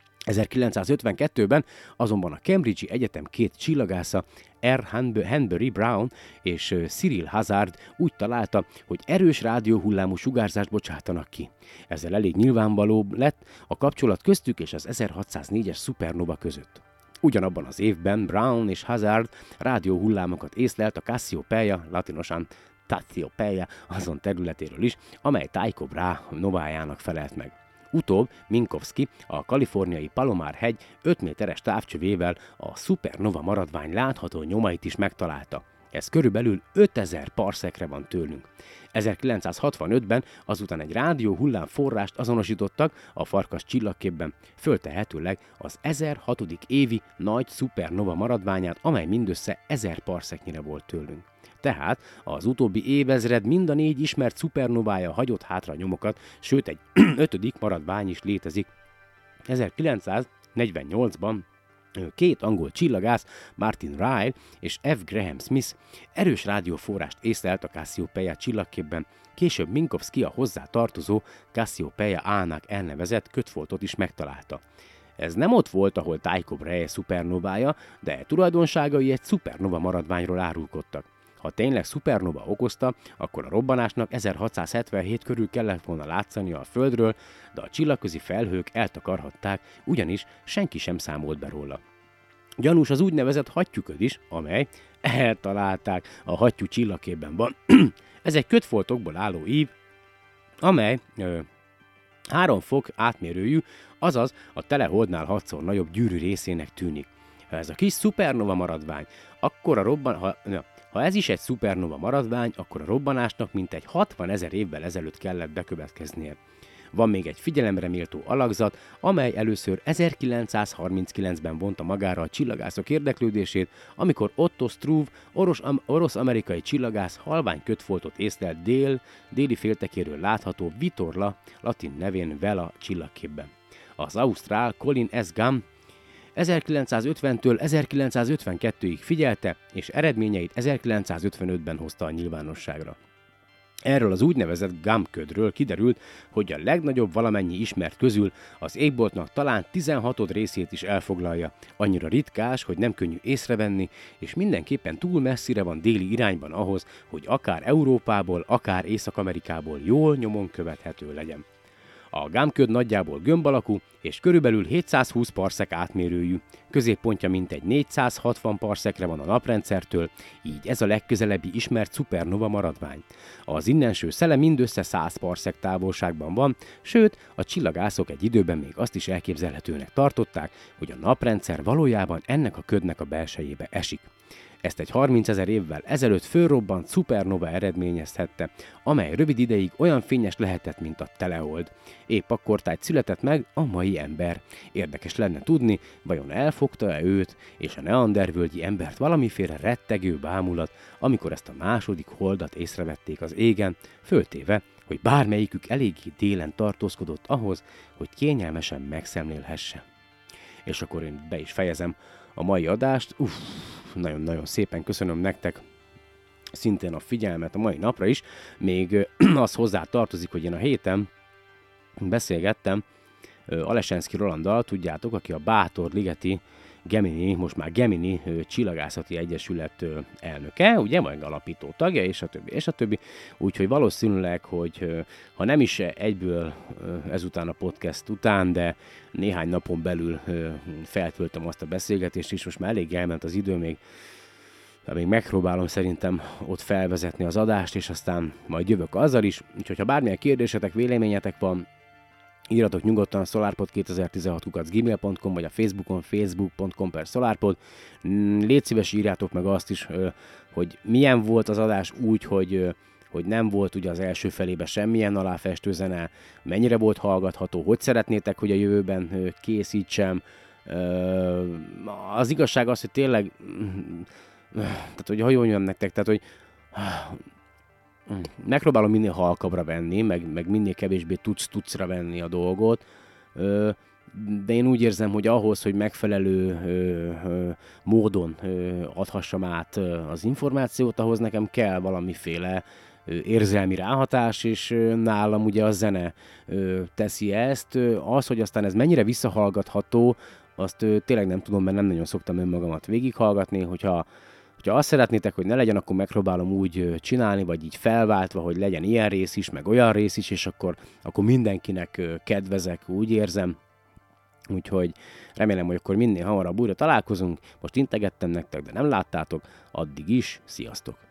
1952-ben azonban a Cambridge-i Egyetem két csillagásza, R. Hanbury Brown és Cyril Hazard úgy találta, hogy erős rádióhullámú sugárzást bocsátanak ki. Ezzel elég nyilvánvaló lett a kapcsolat köztük és az 1604-es szupernova között. Ugyanabban az évben Brown és Hazard rádióhullámokat észlelt a Cassiopeia, latinosan Cassiopeia azon területéről is, amely Tycho Brahe novájának felelt meg. Utóbb Minkowski a kaliforniai Palomar-hegy 5 méteres távcsövével a szupernova maradvány látható nyomait is megtalálta. Ez körülbelül 5000 parszekre van tőlünk. 1965-ben azután egy rádióhullám forrást azonosítottak a Farkas csillagképben, föltehetőleg az 1006. évi nagy szupernova maradványát, amely mindössze 1000 parszeknyire volt tőlünk. Tehát az utóbbi évezred mind a 4 ismert szupernovája hagyott hátra nyomokat, sőt egy 5. maradvány is létezik. 1948-ban Két angol csillagász, Martin Ryle és F. Graham Smith erős rádióforrást észlelt a Cassiopeia csillagképben, később Minkowski a hozzá tartozó Cassiopeia A-nak elnevezett kötfoltot is megtalálta. Ez nem ott volt, ahol Tycho Brahe szupernovája, de tulajdonságai egy szupernova maradványról árulkodtak. Ha tényleg szupernova okozta, akkor a robbanásnak 1677 körül kellett volna látszania a Földről, de a csillagközi felhők eltakarhatták, ugyanis senki sem számolt be róla. Gyanús az úgynevezett hattyúköd is, amely, eltalálták, a hattyú csillagképben van. Ez egy kötfoltokból álló ív, amely 3 fok átmérőjű, azaz a teleholdnál 6-szor nagyobb gyűrű részének tűnik. Ha ez a kis szupernova maradvány, akkor ha ez is egy szupernova maradvány, akkor a robbanásnak mintegy 60 000 évvel ezelőtt kellett bekövetkeznie. Van még egy figyelemre méltó alakzat, amely először 1939-ben vonta magára a csillagászok érdeklődését, amikor Otto Struve, orosz-amerikai csillagász halvány kötfoltot észlelt déli féltekéről látható Vitorla, latin nevén Vela csillagképben. Az ausztrál Colin S. Gum 1950-től 1952-ig figyelte, és eredményeit 1955-ben hozta a nyilvánosságra. Erről az úgynevezett Gum-ködről kiderült, hogy a legnagyobb valamennyi ismert közül az égboltnak talán 16 részét is elfoglalja, annyira ritkás, hogy nem könnyű észrevenni, és mindenképpen túl messzire van déli irányban ahhoz, hogy akár Európából, akár Észak-Amerikából jól nyomon követhető legyen. A Gum-köd nagyjából gömb alakú, és körülbelül 720 parsec átmérőjű, középpontja mintegy 460 parszekre van a naprendszertől, így ez a legközelebbi ismert szupernova maradvány. Az innenső szele mindössze 100 parsec távolságban van, sőt, a csillagászok egy időben még azt is elképzelhetőnek tartották, hogy a naprendszer valójában ennek a ködnek a belsejébe esik. Ezt egy 30 000 évvel ezelőtt fölrobbant szupernova eredményezhette, amely rövid ideig olyan fényes lehetett, mint a telehold. Épp akkortájt született meg a mai ember. Érdekes lenne tudni, vajon elfogta-e őt és a neandervölgyi embert valamiféle rettegő bámulat, amikor ezt a második holdat észrevették az égen, föltéve, hogy bármelyikük eléggé délen tartózkodott ahhoz, hogy kényelmesen megszemlélhesse. És akkor én be is fejezem a mai adást. Nagyon-nagyon szépen köszönöm nektek szintén a figyelmet a mai napra is. Még az hozzá tartozik, hogy én a héten beszélgettem Alesenszky Rolanddal, tudjátok, aki a Bátorligeti Gemini, most már Gemini Csillagászati Egyesület elnöke, ugye, majd alapító tagja, és a többi. Úgyhogy valószínűleg, hogy ha nem is egyből ezután a podcast után, de néhány napon belül feltöltöm azt a beszélgetést, és most már elég elment az idő, még megpróbálom szerintem ott felvezetni az adást, és aztán majd jövök azzal is. Úgyhogy ha bármilyen kérdésetek, véleményetek van, írjatok nyugodtan a solarpod2016@gmail.com vagy a Facebookon facebook.com/solarpod. Légy szíves, írjátok meg azt is, hogy milyen volt az adás úgy, hogy nem volt ugye az első felében semmilyen aláfestő zene, mennyire volt hallgatható, hogy szeretnétek, hogy a jövőben készítsem. Az igazság az, hogy tényleg, tehát hogy jól jön nektek, tehát hogy megpróbálom minél halkabbra venni, meg minél kevésbé tucra venni a dolgot, de én úgy érzem, hogy ahhoz, hogy megfelelő módon adhassam át az információt, ahhoz nekem kell valamiféle érzelmi ráhatás, és nálam ugye a zene teszi ezt. Az, hogy aztán ez mennyire visszahallgatható, azt tényleg nem tudom, mert nem nagyon szoktam önmagamat végighallgatni, hogyha azt szeretnétek, hogy ne legyen, akkor megpróbálom úgy csinálni, vagy így felváltva, hogy legyen ilyen rész is, meg olyan rész is, és akkor mindenkinek kedvezek, úgy érzem. Úgyhogy remélem, hogy akkor minél hamarabb újra találkozunk. Most integettem nektek, de nem láttátok. Addig is, sziasztok!